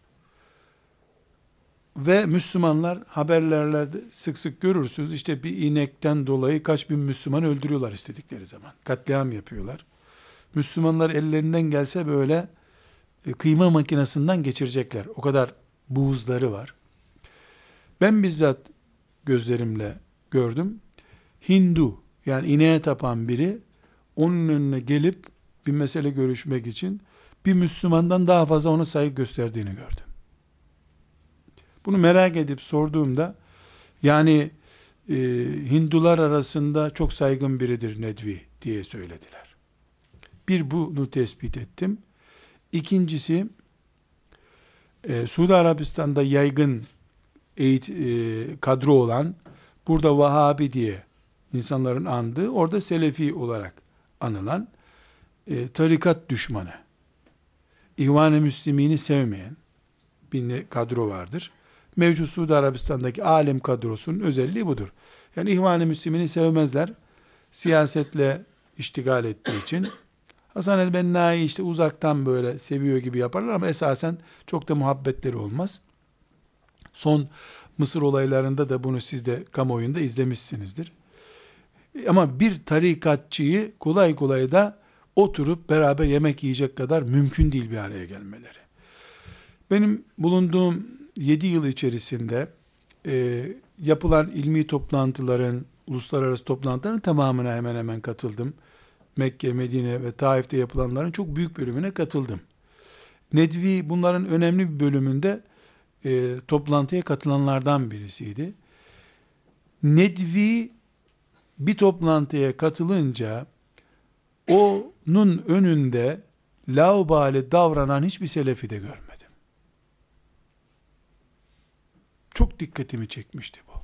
ve Müslümanlar, haberlerde sık sık görürsünüz. İşte bir inekten dolayı kaç bin Müslüman öldürüyorlar istedikleri zaman. Katliam yapıyorlar. Müslümanlar ellerinden gelse böyle kıyma makinesinden geçirecekler. O kadar buğuzları var. Ben bizzat gözlerimle gördüm. Hindu, yani ineğe tapan biri onun önüne gelip bir mesele görüşmek için bir Müslümandan daha fazla ona saygı gösterdiğini gördüm. Bunu merak edip sorduğumda, yani Hindular arasında çok saygın biridir Nedvi diye söylediler. Bir, bunu tespit ettim. İkincisi, Suudi Arabistan'da yaygın kadro olan, burada Vahabi diye insanların andığı, orada Selefi olarak anılan tarikat düşmanı, İhvan-ı Müslimini sevmeyen bir kadro vardır. Mevcut Suudi Arabistan'daki alim kadrosunun özelliği budur. Yani İhvan-ı Müslimini sevmezler. Siyasetle iştigal ettiği için. Hasan el-Benna'yı işte uzaktan böyle seviyor gibi yaparlar ama esasen çok da muhabbetleri olmaz. Son Mısır olaylarında da bunu siz de kamuoyunda izlemişsinizdir. Ama bir tarikatçıyı kolay kolay da oturup beraber yemek yiyecek kadar mümkün değil bir araya gelmeleri. Benim bulunduğum 7 yıl içerisinde yapılan ilmi toplantıların, uluslararası toplantıların tamamına hemen hemen katıldım. Mekke, Medine ve Taif'te yapılanların çok büyük bölümüne katıldım. Nedvi bunların önemli bir bölümünde toplantıya katılanlardan birisiydi. Nedvi bir toplantıya katılınca onun önünde laubali davranan hiçbir selefi de görmedim. Çok dikkatimi çekmişti bu.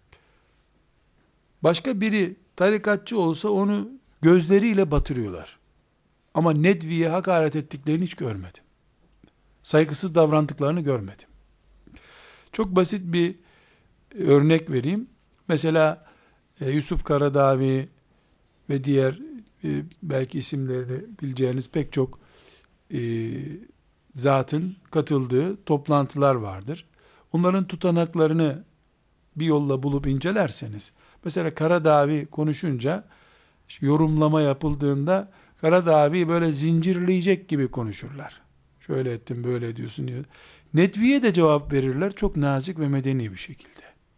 Başka biri tarikatçı olsa onu gözleriyle batırıyorlar. Ama Nedvi'ye hakaret ettiklerini hiç görmedim. Saygısız davrandıklarını görmedim. Çok basit bir örnek vereyim. Mesela Yusuf Karadavi ve diğer belki isimlerini bileceğiniz pek çok zatın katıldığı toplantılar vardır. Onların tutanaklarını bir yolla bulup incelerseniz, mesela Karadavi konuşunca, yorumlama yapıldığında Karadavi böyle zincirleyecek gibi konuşurlar. Şöyle ettim, böyle ediyorsun diyor. Nedvi'ye de cevap verirler çok nazik ve medeni bir şekilde.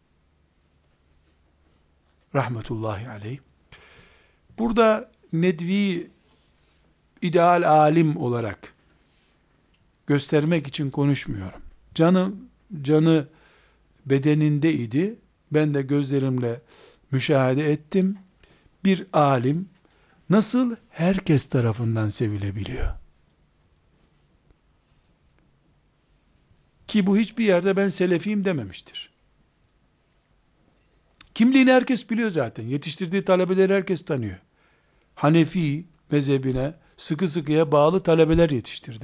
Rahmetullahi aleyh. Burada Nedvi ideal alim olarak göstermek için konuşmuyorum. Canı bedenindeydi. Ben de gözlerimle müşahede ettim. Bir alim nasıl herkes tarafından sevilebiliyor? Ki bu hiçbir yerde ben selefiyim dememiştir. Kimliğini herkes biliyor zaten. Yetiştirdiği talebeleri herkes tanıyor. Hanefi mezhebine sıkı sıkıya bağlı talebeler yetiştirdi.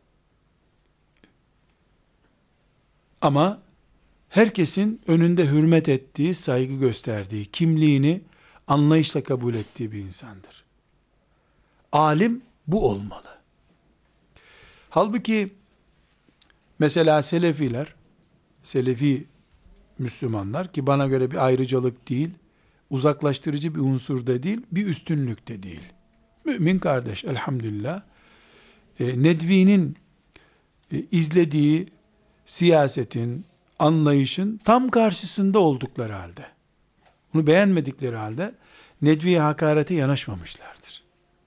Ama herkesin önünde hürmet ettiği, saygı gösterdiği, kimliğini anlayışla kabul ettiği bir insandır. Alim bu olmalı. Halbuki mesela Selefi Müslümanlar, ki bana göre bir ayrıcalık değil, uzaklaştırıcı bir unsur da değil, bir üstünlük de değil. Mümin kardeş elhamdülillah. Nedvi'nin izlediği siyasetin, anlayışın tam karşısında oldukları halde, bunu beğenmedikleri halde Nedvi'ye hakarete yanaşmamışlardır.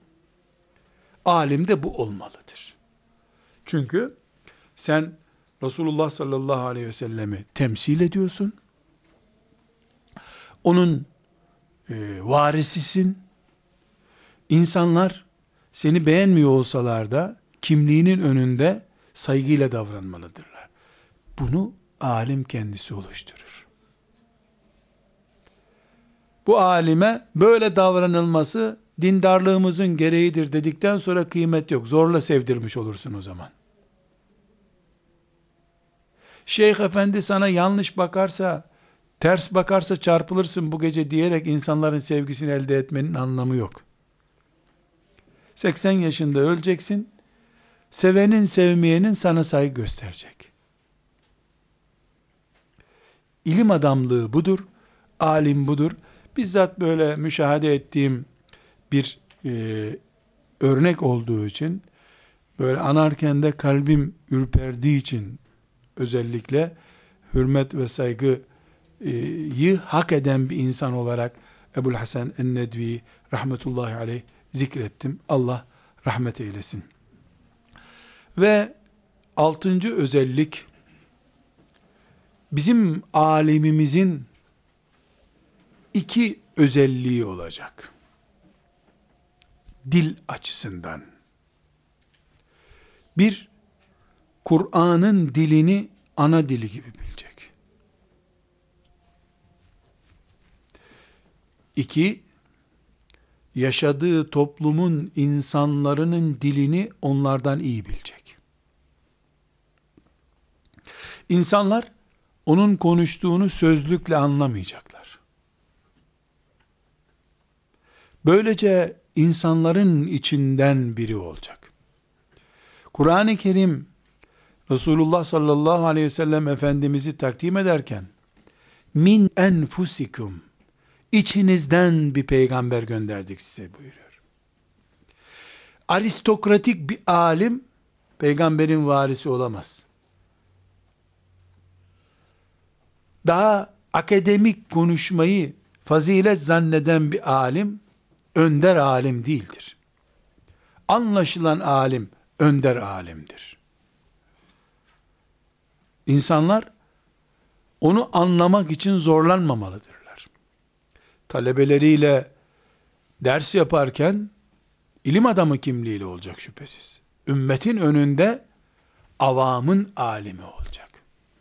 Alim de bu olmalıdır. Çünkü sen Resulullah sallallahu aleyhi ve sellemi temsil ediyorsun. Onun varisisin. İnsanlar seni beğenmiyor olsalar da kimliğinin önünde saygıyla davranmalıdırlar. Bunu alim kendisi oluşturur. bu alime böyle davranılması dindarlığımızın gereğidir dedikten sonra kıymet yok. Zorla sevdirmiş olursun o zaman. Şeyh efendi sana yanlış bakarsa, ters bakarsa çarpılırsın bu gece diyerek insanların sevgisini elde etmenin anlamı yok. 80 yaşında öleceksin. Sevenin sevmeyenin sana saygı gösterecek. İlim adamlığı budur. Alim budur. Bizzat böyle müşahede ettiğim bir örnek olduğu için, böyle anarken de kalbim ürperdiği için, özellikle hürmet ve saygıyı hak eden bir insan olarak Ebu'l Hasan en-Nedvi rahmetullahi aleyh zikrettim. Allah rahmet eylesin. Ve 6. özellik, bizim alimimizin 2 özelliği olacak. Dil açısından. Bir, Kur'an'ın dilini ana dili gibi bilecek. 2, yaşadığı toplumun insanların dilini onlardan iyi bilecek. İnsanlar onun konuştuğunu sözlükle anlamayacaklar. Böylece insanların içinden biri olacak. Kur'an-ı Kerim Resulullah sallallahu aleyhi ve sellem Efendimiz'i takdim ederken min enfusikum, içinizden bir peygamber gönderdik size buyuruyor. Aristokratik bir alim peygamberin varisi olamaz. Daha akademik konuşmayı fazilet zanneden bir alim önder alim değildir. Anlaşılan alim önder alimdir. İnsanlar onu anlamak için zorlanmamalıdırlar. Talebeleriyle ders yaparken ilim adamı kimliğiyle olacak şüphesiz. Ümmetin önünde avamın alimi olacak.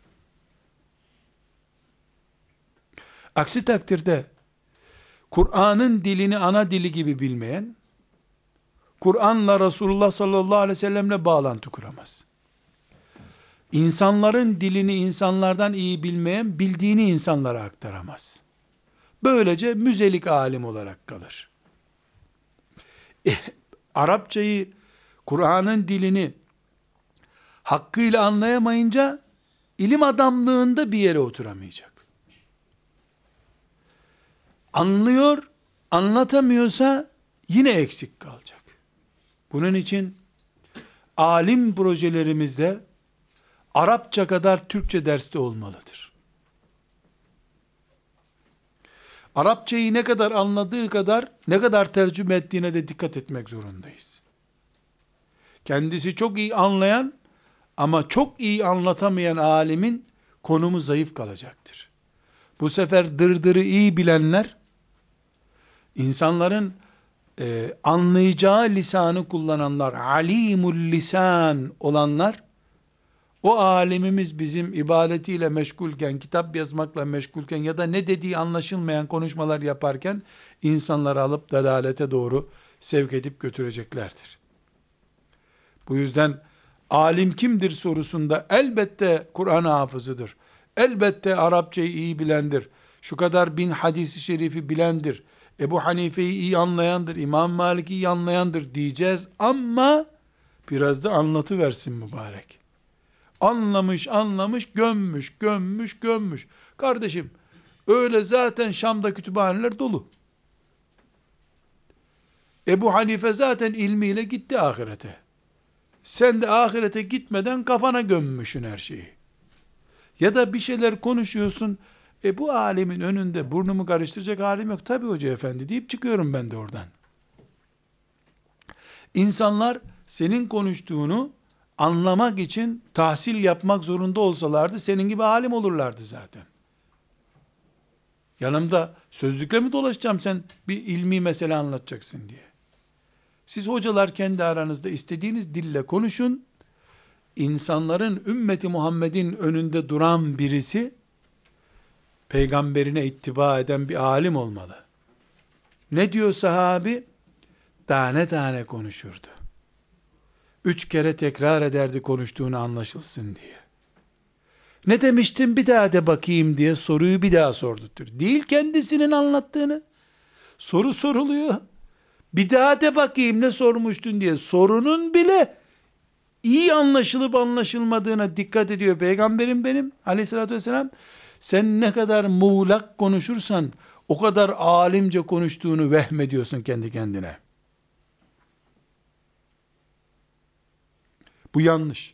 Aksi takdirde Kur'an'ın dilini ana dili gibi bilmeyen, Kur'an'la Resulullah sallallahu aleyhi ve sellemle bağlantı kuramaz. İnsanların dilini insanlardan iyi bilmeyen, bildiğini insanlara aktaramaz. Böylece müzelik alim olarak kalır. Arapçayı, Kur'an'ın dilini hakkıyla anlayamayınca, ilim adamlığında bir yere oturamayacak. Anlıyor, anlatamıyorsa yine eksik kalacak. Bunun için alim projelerimizde Arapça kadar Türkçe derste olmalıdır. Arapçayı ne kadar anladığı kadar ne kadar tercüme ettiğine de dikkat etmek zorundayız. Kendisi çok iyi anlayan ama çok iyi anlatamayan alimin konumu zayıf kalacaktır. Bu sefer dırdırı iyi bilenler, insanların anlayacağı lisanı kullananlar, alimul lisan olanlar, o alimimiz bizim ibadetiyle meşgulken, kitap yazmakla meşgulken ya da ne dediği anlaşılmayan konuşmalar yaparken insanları alıp dalalete doğru sevk edip götüreceklerdir. Bu yüzden alim kimdir sorusunda elbette Kur'an hafızıdır. Elbette Arapçayı iyi bilendir. Şu kadar bin hadisi şerifi bilendir. Ebu Hanife'yi iyi anlayandır. İmam Malik'i iyi anlayandır diyeceğiz ama biraz da anlatıversin mübarek. Anlamış, gömmüş. Kardeşim, öyle zaten Şam'da kütüphaneler dolu. Ebu Hanife zaten ilmiyle gitti ahirete. Sen de ahirete gitmeden kafana gömmüşsün her şeyi. Ya da bir şeyler konuşuyorsun, bu alemin önünde burnumu karıştıracak halim yok. Tabii hoca efendi deyip çıkıyorum ben de oradan. İnsanlar senin konuştuğunu anlamak için tahsil yapmak zorunda olsalardı senin gibi alim olurlardı zaten. Yanımda sözlükle mi dolaşacağım sen bir ilmi mesele anlatacaksın diye. Siz hocalar kendi aranızda istediğiniz dille konuşun. İnsanların ümmeti Muhammed'in önünde duran birisi peygamberine ittiba eden bir alim olmalı. Ne diyor sahabi? Tane tane konuşurdu. 3 kere tekrar ederdi konuştuğunu anlaşılsın diye. Ne demiştin bir daha de bakayım diye soruyu bir daha sordurtur. Değil kendisinin anlattığını. Soru soruluyor. Bir daha de bakayım ne sormuştun diye. Sorunun bile iyi anlaşılıp anlaşılmadığına dikkat ediyor Peygamberim benim aleyhissalatü vesselam. Sen ne kadar muğlak konuşursan o kadar alimce konuştuğunu vehmediyorsun kendi kendine. Bu yanlış.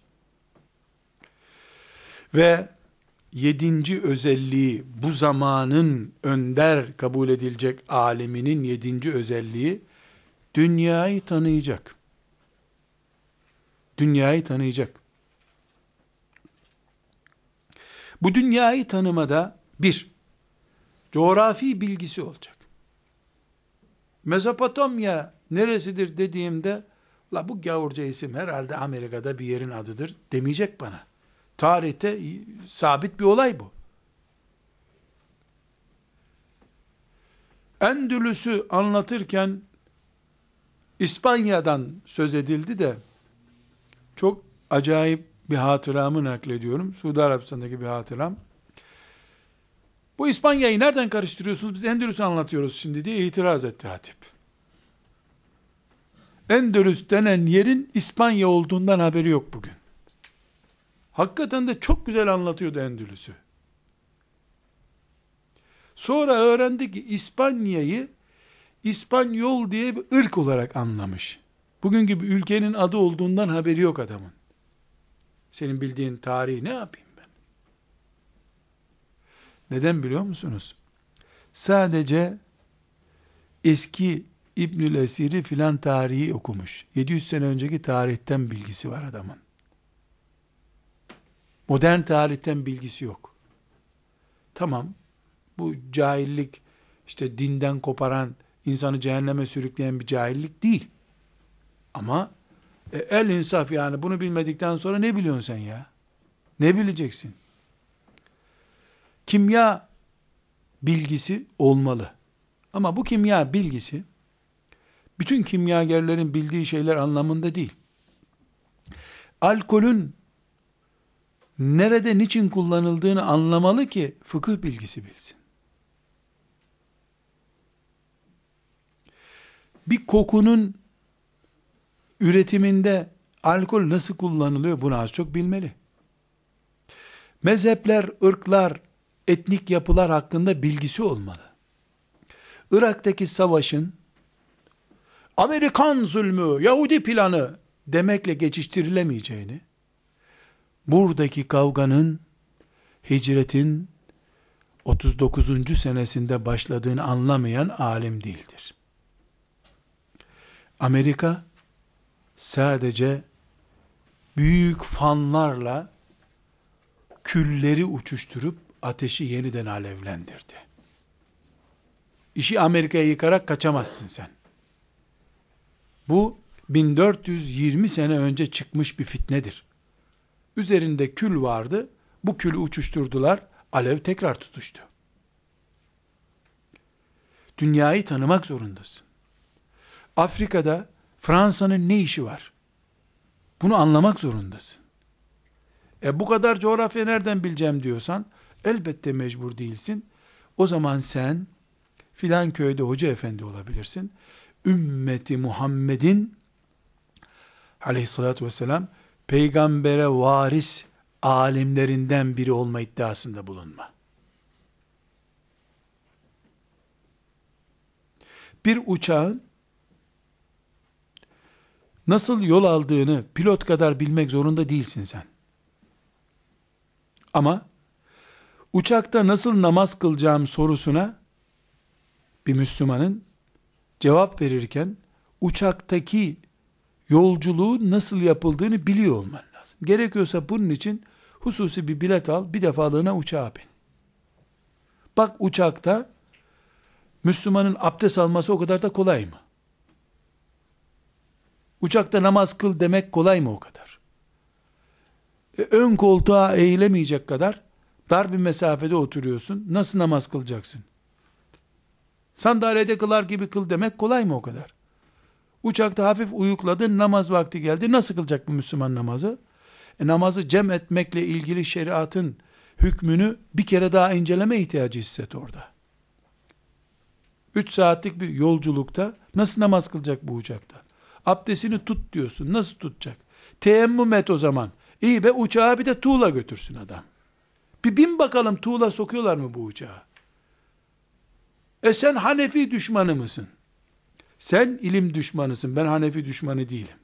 Ve 7. özelliği, bu zamanın önder kabul edilecek aliminin 7. özelliği, dünyayı tanıyacak. Dünyayı tanıyacak. Bu dünyayı tanımada bir, coğrafi bilgisi olacak. Mezopotamya neresidir dediğimde, la bu gavurca isim herhalde Amerika'da bir yerin adıdır demeyecek bana. Tarihte sabit bir olay bu. Endülüs'ü anlatırken İspanya'dan söz edildi de çok acayip bir hatıramı naklediyorum. Suudi Arabistan'daki bir hatıram. Bu İspanya'yı nereden karıştırıyorsunuz? Biz Endülüs'ü anlatıyoruz şimdi diye itiraz etti hatip. Endülüs denen yerin İspanya olduğundan haberi yok bugün. Hakikaten de çok güzel anlatıyordu Endülüs'ü. Sonra öğrendi ki İspanya'yı İspanyol diye bir ırk olarak anlamış. Bugün gibi ülkenin adı olduğundan haberi yok adamın. Senin bildiğin tarihi ne yapayım ben? Neden biliyor musunuz? Sadece eski İbnül Esir'i filan tarihi okumuş. 700 sene önceki tarihten bilgisi var adamın. Modern tarihten bilgisi yok. Tamam, bu cahillik, işte dinden koparan, insanı cehenneme sürükleyen bir cahillik değil. Ama el insaf yani, bunu bilmedikten sonra ne biliyorsun sen ya? Ne bileceksin? Kimya bilgisi olmalı. Ama bu kimya bilgisi, bütün kimyagerlerin bildiği şeyler anlamında değil. Alkolün nerede, niçin kullanıldığını anlamalı ki fıkıh bilgisi bilsin. Bir kokunun üretiminde alkol nasıl kullanılıyor bunu az çok bilmeli. Mezhepler, ırklar, etnik yapılar hakkında bilgisi olmalı. Irak'taki savaşın Amerikan zulmü, Yahudi planı demekle geçiştirilemeyeceğini, buradaki kavganın hicretin 39. senesinde başladığını anlamayan alim değildir. Amerika sadece büyük fanlarla külleri uçuşturup ateşi yeniden alevlendirdi. İşi Amerika'ya yıkarak kaçamazsın sen. Bu 1420 sene önce çıkmış bir fitnedir. Üzerinde kül vardı, bu külü uçuşturdular, alev tekrar tutuştu. Dünyayı tanımak zorundasın. Afrika'da Fransa'nın ne işi var? Bunu anlamak zorundasın. Bu kadar coğrafya nereden bileceğim diyorsan, elbette mecbur değilsin. O zaman sen filan köyde hoca efendi olabilirsin. Ümmeti Muhammed'in aleyhissalatü vesselam peygambere varis alimlerinden biri olma iddiasında bulunma. Bir uçağın nasıl yol aldığını pilot kadar bilmek zorunda değilsin sen. Ama uçakta nasıl namaz kılacağım sorusuna bir Müslümanın cevap verirken uçaktaki yolculuğun nasıl yapıldığını biliyor olman lazım. Gerekiyorsa bunun için hususi bir bilet al, bir defalığına uçağa bin. Bak uçakta Müslümanın abdest alması o kadar da kolay mı? Uçakta namaz kıl demek kolay mı o kadar? Ön koltuğa eğilemeyecek kadar dar bir mesafede oturuyorsun. Nasıl namaz kılacaksın? Sandalyede kılar gibi kıl demek kolay mı o kadar? Uçakta hafif uyukladın, namaz vakti geldi. Nasıl kılacak bu Müslüman namazı? Namazı cem etmekle ilgili şeriatın hükmünü bir kere daha inceleme ihtiyacı hisset orada. 3 saatlik bir yolculukta nasıl namaz kılacak bu uçakta? Abdestini tut diyorsun. Nasıl tutacak? Teyemmüm et o zaman. İyi be, uçağa bir de tuğla götürsün adam. Bir bin bakalım, tuğla sokuyorlar mı bu uçağa? Sen Hanefi düşmanı mısın? Sen ilim düşmanısın. Ben Hanefi düşmanı değilim.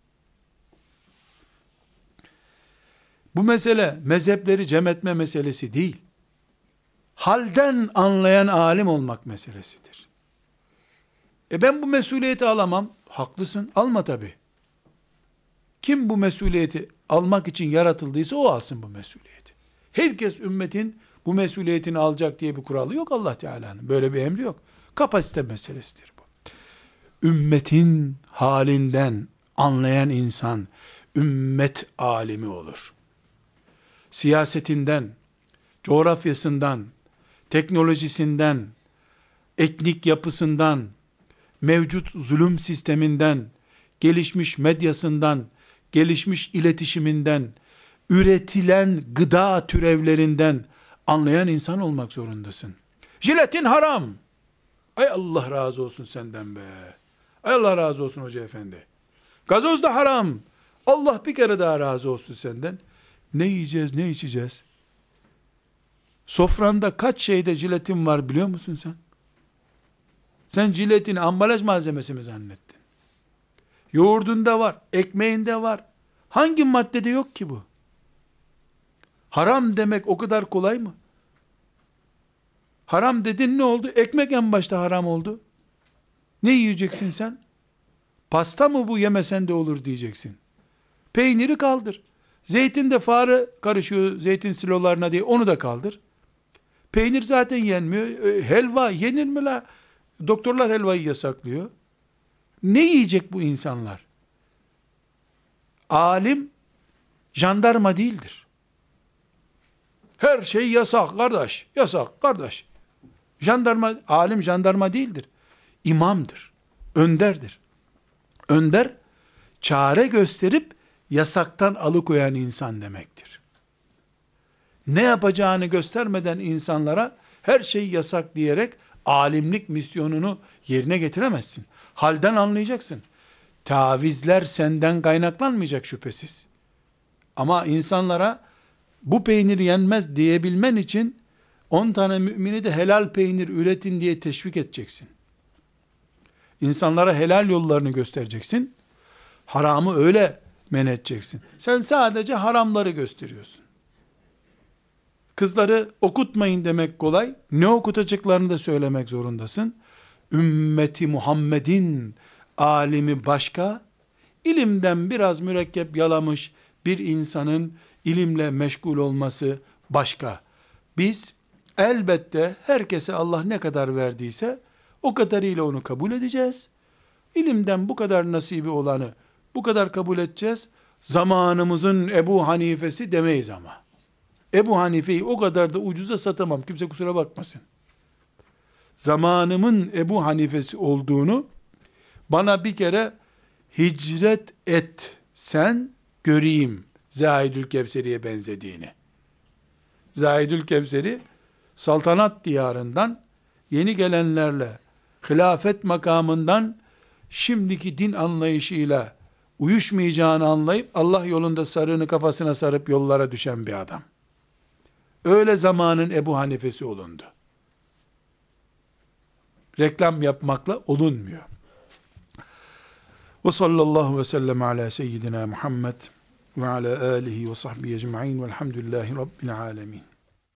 Bu mesele mezhepleri cem etme meselesi değil. Halden anlayan alim olmak meselesidir. Ben bu mesuliyeti alamam. Haklısın. Alma tabii. Kim bu mesuliyeti almak için yaratıldıysa o alsın bu mesuliyeti. Herkes ümmetin bu mesuliyetini alacak diye bir kuralı yok Allah Teala'nın. Böyle bir emri yok. Kapasite meselesidir bu. Ümmetin halinden anlayan insan ümmet alimi olur. Siyasetinden, coğrafyasından, teknolojisinden, etnik yapısından, mevcut zulüm sisteminden, gelişmiş medyasından, gelişmiş iletişiminden, üretilen gıda türevlerinden anlayan insan olmak zorundasın. Jiletin haram. Ay Allah razı olsun senden be. Ay Allah razı olsun hoca efendi. Gazoz da haram. Allah bir kere daha razı olsun senden. Ne yiyeceğiz, ne içeceğiz? Sofranda kaç şeyde jiletin var biliyor musun sen? Sen jiletini ambalaj malzemesi mi zannettin? Yoğurdunda var, ekmeğinde var. Hangi maddede yok ki bu? Haram demek o kadar kolay mı? Haram dedin, ne oldu? Ekmek en başta haram oldu. Ne yiyeceksin sen? Pasta mı bu, yemesen de olur diyeceksin. Peyniri kaldır. Zeytin de fare karışıyor zeytin silolarına diye, onu da kaldır. Peynir zaten yenmiyor. Helva yenir mi la? Doktorlar helvayı yasaklıyor. Ne yiyecek bu insanlar? Alim jandarma değildir. Her şey yasak kardeş. Yasak kardeş. Alim jandarma değildir. İmamdır. Önderdir. Önder, çare gösterip yasaktan alıkoyan insan demektir. Ne yapacağını göstermeden insanlara her şey yasak diyerek alimlik misyonunu yerine getiremezsin. Halden anlayacaksın. Tavizler senden kaynaklanmayacak şüphesiz. Ama insanlara bu peynir yenmez diyebilmen için 10 tane mümini de helal peynir üretin diye teşvik edeceksin. İnsanlara helal yollarını göstereceksin. Haramı öyle men edeceksin. Sen sadece haramları gösteriyorsun. Kızları okutmayın demek kolay. Ne okutacaklarını da söylemek zorundasın. Ümmeti Muhammed'in alimi başka, ilimden biraz mürekkep yalamış bir insanın ilimle meşgul olması başka. Biz elbette herkese Allah ne kadar verdiyse o kadarıyla onu kabul edeceğiz. İlimden bu kadar nasibi olanı bu kadar kabul edeceğiz. Zamanımızın Ebu Hanife'si demeyiz ama. Ebu Hanife'yi o kadar da ucuza satamam. Kimse kusura bakmasın. Zamanımın Ebu Hanife'si olduğunu bana bir kere hicret et sen göreyim Zahidül Kevseri'ye benzediğini. Zahidül Kevseri saltanat diyarından yeni gelenlerle hilafet makamından şimdiki din anlayışıyla uyuşmayacağını anlayıp Allah yolunda sarığını kafasına sarıp yollara düşen bir adam. Öyle zamanın Ebu Hanife'si olundu. Reklam yapmakla olunmuyor. Ve sallallahu ve sellem ala seyyidina Muhammed ve ala alihi ve sahbihi ecma'in velhamdülillahi rabbil alemin.